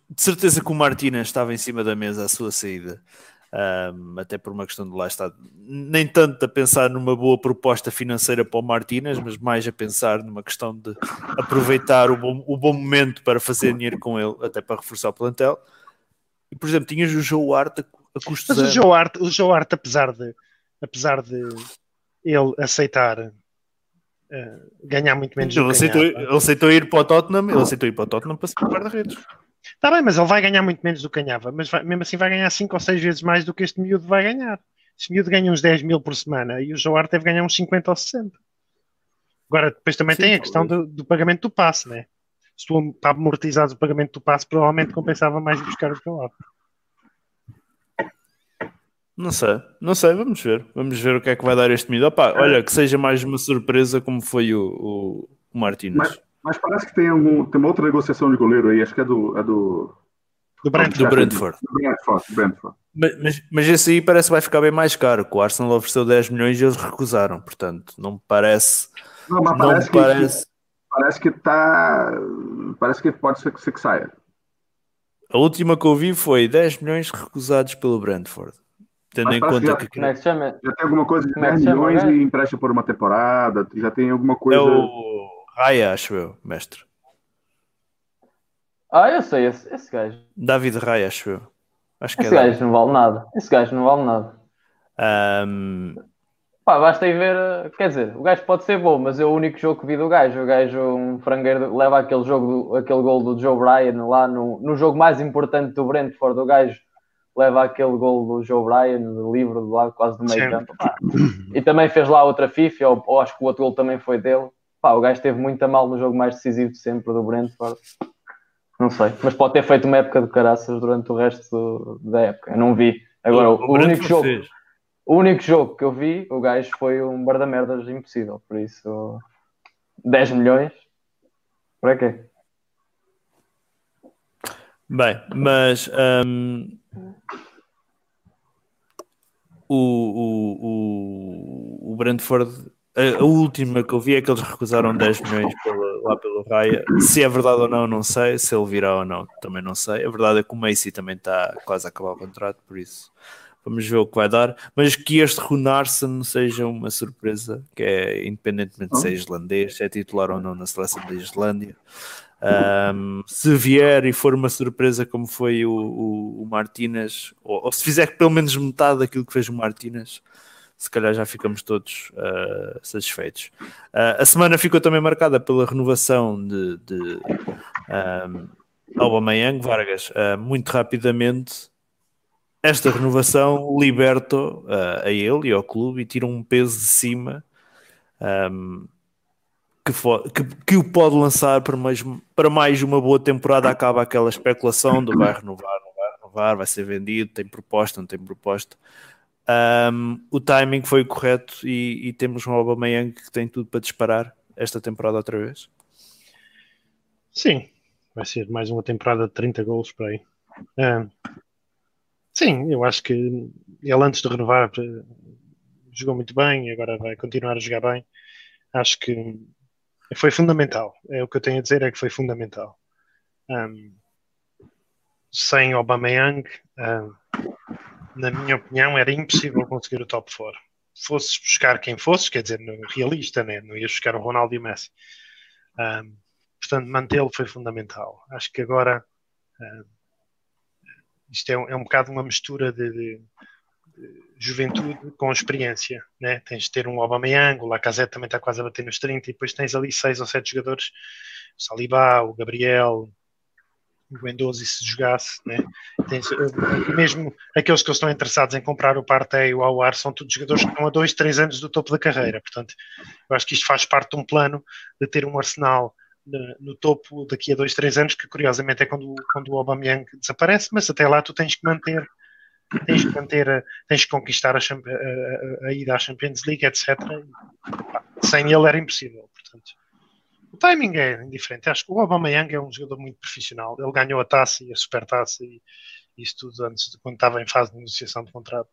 de certeza que o Martínez estava em cima da mesa à sua saída. Um, até por uma questão de lá estar, nem tanto a pensar numa boa proposta financeira para o Martínez, mas mais a pensar numa questão de aproveitar o bom, o bom momento para fazer dinheiro com ele, até para reforçar o plantel. E, por exemplo, tinhas o Joe Hart a, a custo Mas zero. o Joe Hart, o Joe Hart, apesar de, apesar de ele aceitar uh, ganhar muito menos ele do que aceitou, ganhava. ele aceitou ir para o Tottenham, ele aceitou ir para o Tottenham para ser guarda-redes. Está bem, mas ele vai ganhar muito menos do que ganhava, mas vai, mesmo assim vai ganhar cinco ou seis vezes mais do que este miúdo vai ganhar. Este miúdo ganha uns dez mil por semana e o Joe Hart deve ganhar uns cinquenta ou sessenta. Agora, depois também Sim, tem a questão do, do pagamento do passe, né? Se tu para amortizares o pagamento do passe, provavelmente compensava mais ir buscar o Joe Hart. Não sei, não sei, vamos ver. Vamos ver o que é que vai dar este miúdo. Opa, olha, que seja mais uma surpresa como foi o, o, o Martínez. Mas, mas parece que tem, algum, tem uma outra negociação de goleiro aí, acho que é do... É do... Do Brentford. Do Brentford. Do Brentford, Brentford. Mas, mas, mas esse aí parece que vai ficar bem mais caro, que o Arsenal ofereceu dez milhões e eles recusaram, portanto, não me parece... Não, mas não parece, me que, parece... parece que tá... Parece que pode ser que, que saia. A última que eu vi foi dez milhões recusados pelo Brentford. Tendo Mas em parece conta que já- que... Como é que se chama? Já tem alguma coisa de Como é que dez se chama, milhões né? e empresta por uma temporada, já tem alguma coisa... É o Raya, acho eu, mestre. Ah, eu sei, esse, esse gajo. David Raya, acho eu. Acho que Esse é gajo David. não vale nada. Esse gajo não vale nada. Ahm, Pá, basta ir ver. eh, Quer dizer, o gajo pode ser bom, mas é o único jogo que vi do gajo. O gajo, um frangueiro, leva aquele jogo, do- aquele gol do Joe Bryan lá no, no jogo mais importante do Brentford. O gajo leva aquele gol do Joe Bryan, do livro, do lado quase do meio Sim. campo. Pá. E também fez lá outra FIFA, ou, ou acho que o outro gol também foi dele. Pá, o gajo esteve muito a mal no jogo mais decisivo de sempre do Brentford. Não sei, mas pode ter feito uma época de caraças durante o resto do- da época. Eu não vi. Agora, o, o o único Brentford jogo. fez. O único jogo que eu vi, o gajo foi um guarda-merdas impossível. Por isso, dez milhões, para quê? Bem, mas um, o, o, o, o Brentford, a, a última que eu vi é que eles recusaram dez milhões pela, lá pelo Raya. Se é verdade ou não, não sei. Se ele virá ou não, também não sei. A verdade é que o Messi também está quase a acabar o contrato, por isso vamos ver o que vai dar. Mas que este Runarsson seja uma surpresa, que é independentemente de ser islandês, se é titular ou não na seleção da Islândia. Um, se vier e for uma surpresa como foi o, o, o Martínez, ou, ou se fizer pelo menos metade daquilo que fez o Martínez, se calhar já ficamos todos uh, satisfeitos. Uh, a semana ficou também marcada pela renovação de, de um, Aubameyang. Vargas, uh, muito rapidamente, esta renovação liberta uh, a ele e ao clube e tira um peso de cima um, que, for, que, que o pode lançar para mais, para mais uma boa temporada. Acaba aquela especulação do vai renovar, não vai renovar, vai ser vendido, tem proposta, não tem proposta. Um, o timing foi correto e, e temos um Aubameyang que tem tudo para disparar esta temporada outra vez. Sim, vai ser mais uma temporada de trinta golos por aí. Ah, sim, eu acho que ele antes de renovar jogou muito bem e agora vai continuar a jogar bem. Acho que foi fundamental. É o que eu tenho a dizer, é que foi fundamental. Um, sem Aubameyang, um, na minha opinião, era impossível conseguir o top quatro. Fosses buscar quem fosses, quer dizer, realista, né? Não ias buscar o Ronaldo e o Messi. Um, portanto, mantê-lo foi fundamental. Acho que agora um, isto é um, é um bocado uma mistura de, de, de juventude com experiência, né? Tens de ter um Aubameyang, o Lacazette também está quase a bater nos trinta, e depois tens ali seis ou sete jogadores, o Saliba, o Gabriel, o Guendouzi, se jogasse, né? Tens, mesmo aqueles que estão interessados em comprar o Partey e o Aouar são todos jogadores que estão a dois, três anos do topo da carreira. Portanto, eu acho que isto faz parte de um plano de ter um Arsenal no, no topo daqui a dois, três anos, que curiosamente é quando, quando o Aubameyang desaparece, mas até lá tu tens que manter tens que manter, tens que conquistar a, a, a ida à Champions League, etcétera. Sem ele era impossível, portanto. O timing é indiferente. Acho que o Aubameyang é um jogador muito profissional. Ele ganhou a taça e a supertaça e isso tudo antes de quando estava em fase de negociação de contrato.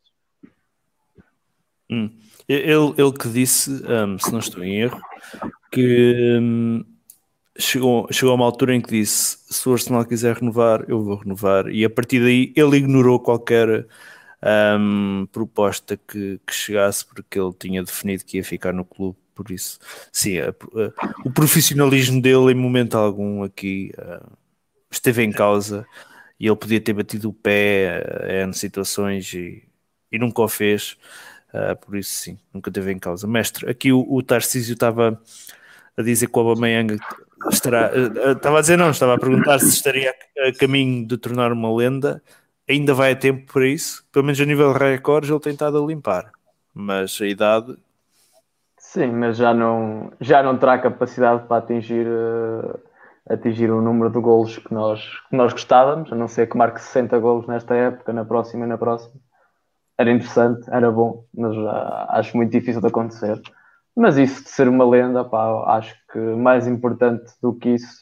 Hum. Ele, ele que disse, um, se não estou em erro, que um, chegou, chegou a uma altura em que disse: se o Arsenal quiser renovar, eu vou renovar. E a partir daí ele ignorou qualquer um, proposta que, que chegasse, porque ele tinha definido que ia ficar no clube. Por isso, sim, a, a, o profissionalismo dele em momento algum aqui uh, esteve em causa, e ele podia ter batido o pé uh, em situações e, e nunca o fez. Uh, por isso, sim, nunca teve em causa. Mestre, aqui o, o Tarcísio estava a dizer que o Aubameyang estará, uh, estava a dizer não, estava a perguntar se estaria a, a caminho de tornar uma lenda. Ainda vai a tempo para isso, pelo menos a nível de recordes ele tem estado a limpar, mas a idade... Sim, mas já não, já não terá capacidade para atingir, uh, atingir o número de golos que nós, que nós gostávamos, a não ser que marque sessenta golos nesta época, na próxima e na próxima. Era interessante, era bom, mas uh, acho muito difícil de acontecer. Mas isso de ser uma lenda, pá, acho que mais importante do que isso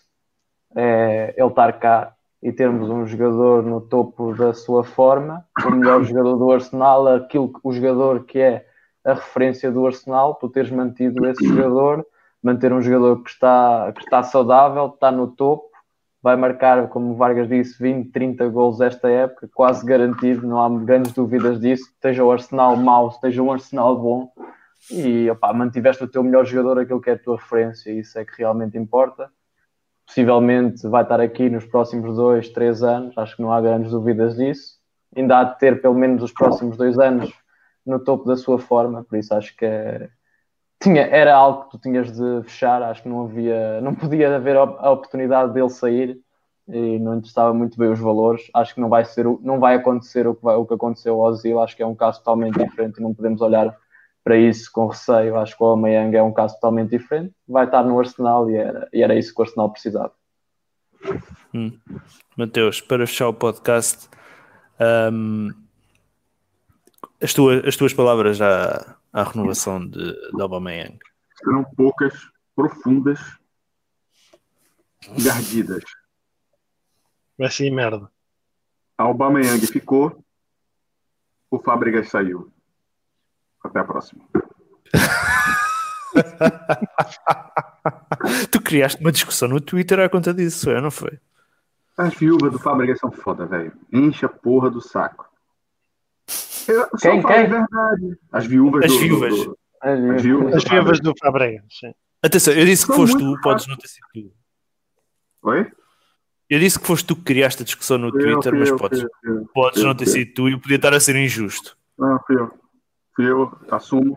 é ele estar cá e termos um jogador no topo da sua forma, o melhor jogador do Arsenal, aquilo, o jogador que é a referência do Arsenal, tu teres mantido esse jogador, manter um jogador que está, que está saudável, está no topo, vai marcar, como o Vargas disse, vinte, trinta gols esta época, quase garantido, não há grandes dúvidas disso, esteja o Arsenal mau, esteja um Arsenal bom, e opá, mantiveste o teu melhor jogador, aquilo que é a tua referência, isso é que realmente importa. Possivelmente vai estar aqui nos próximos dois, três anos, acho que não há grandes dúvidas disso, ainda há de ter pelo menos os próximos dois anos no topo da sua forma, por isso acho que é... Tinha, era algo que tu tinhas de fechar, acho que não havia, não podia haver a oportunidade dele sair e não interessava muito bem os valores, acho que não vai, ser, não vai acontecer o que, vai, o que aconteceu ao Ozil, acho que é um caso totalmente diferente e não podemos olhar para isso com receio, acho que o Aubameyang é um caso totalmente diferente, vai estar no Arsenal e era, e era isso que o Arsenal precisava. Hum. Mateus, para fechar o podcast, um... As tuas, as tuas palavras à, à renovação de, de Aubameyang. Serão poucas, profundas e ardidas. Vai ser merda. Aubameyang ficou, o Fábregas saiu. Até a próxima. Tu criaste uma discussão no Twitter à conta disso, não foi? As viúvas do Fábregas são foda, velho. Enche a porra do saco. Eu quem, só quem? Verdade. As viúvas As do, viúvas. Do, do, As as viúvas, As viúvas do Fábregas, sim. Atenção, eu disse que São foste muito tu, podes não ter sido tu. Oi? Eu disse que foste tu que criaste a discussão no Fui Twitter, eu, mas eu, podes, fui eu, podes fui não eu, ter fui sido tu e eu podia estar a ser injusto. Não, fui eu. Fui eu, assumo.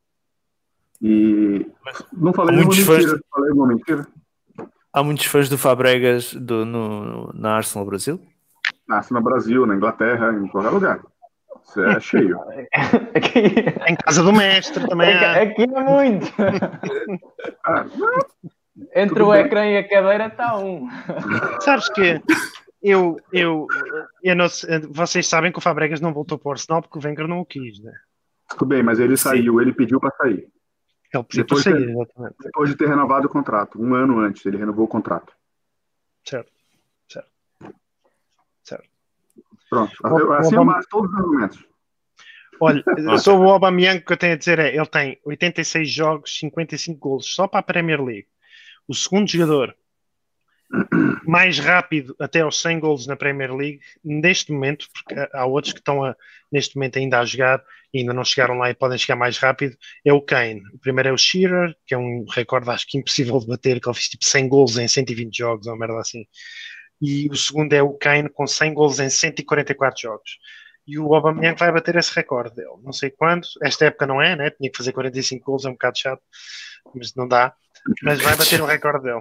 E não falei Há nenhuma muitos mentira. fãs- Falei uma mentira. Há muitos fãs do Fábregas do, no, na Arsenal Brasil? Nasce no Brasil, na Inglaterra, em qualquer lugar. Isso é cheio. Aqui, Em casa do mestre também há. aqui é muito. Ah, Entre tudo o bem. ecrã e a cadeira está um. Sabes que eu, eu, eu não sei, vocês sabem que o Fábregas não voltou para o Arsenal porque o Wenger não o quis, né? tudo bem, mas ele Sim. saiu, ele pediu para sair. Ele pediu para Depois sair, de- exatamente. Depois de ter renovado o contrato. Um ano antes, ele renovou o contrato. Certo, certo, certo. Pronto. O- Eu o assino Obama- mais todos os argumentos. Olha, sobre o Aubameyang, o que eu tenho a dizer é, ele tem oitenta e seis jogos, cinquenta e cinco golos só para a Premier League. O segundo jogador mais rápido até aos cem golos na Premier League, neste momento, porque há outros que estão a, neste momento ainda a jogar e ainda não chegaram lá e podem chegar mais rápido, é o Kane. O primeiro é o Shearer, que é um recorde acho que impossível de bater, que ele fez tipo cem golos em cento e vinte jogos, ou uma merda assim. E o segundo é o Kane com cem golos em cento e quarenta e quatro jogos. E o Aubameyang vai bater esse recorde dele. Não sei quando, esta época não é, né? Tinha que fazer quarenta e cinco golos, é um bocado chato, mas não dá. Mas vai bater o recorde dele.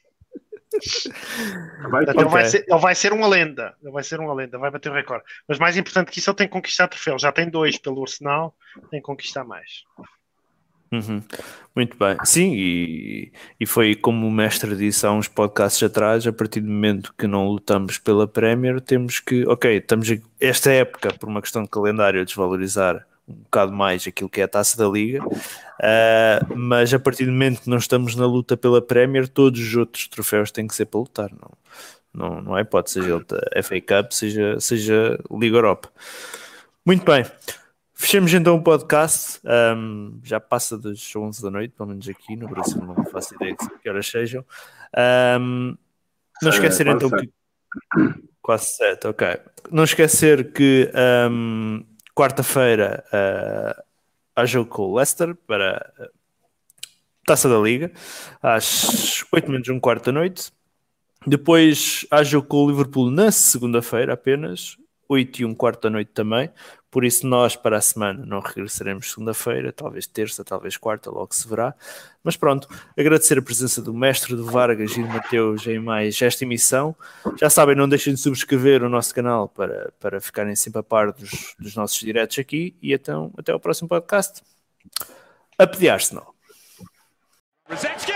Vai Portanto, que- ele, vai Ok. ser, ele vai ser uma lenda. Ele vai ser uma lenda, vai bater o recorde. Mas mais importante que isso, ele tem que conquistar troféus. Já tem dois pelo Arsenal, tem que conquistar mais. Uhum. Muito bem, sim, e, e foi como o mestre disse há uns podcasts atrás, a partir do momento que não lutamos pela Premier, temos que, ok, estamos a- esta época, por uma questão de calendário, a desvalorizar um bocado mais aquilo que é a Taça da Liga, ah, mas a partir do momento que não estamos na luta pela Premier, todos os outros troféus têm que ser para lutar, não, não, não é hipótese, seja ele da F A Cup, seja, seja Liga Europa. Muito bem. fechemos então o podcast. Um, já passa das onze da noite, pelo menos aqui no Brasil, não faço ideia de que horas sejam. Um, não esquecer é, então que. Quase sete, ok. Não esquecer que um, quarta-feira uh, há jogo com o Leicester para a Taça da Liga, às oito menos um quarto da noite. Depois há jogo com o Liverpool na segunda-feira apenas, oito e um quarto da noite também. Por isso nós para a semana não regressaremos segunda-feira, talvez terça, talvez quarta, logo se verá. Mas pronto, agradecer a presença do mestre, do Vargas e do Mateus em mais esta emissão. Já sabem, não deixem de subscrever o nosso canal para, para ficarem sempre a par dos, dos nossos diretos aqui. E então, até ao próximo podcast. A pedir Arsenal.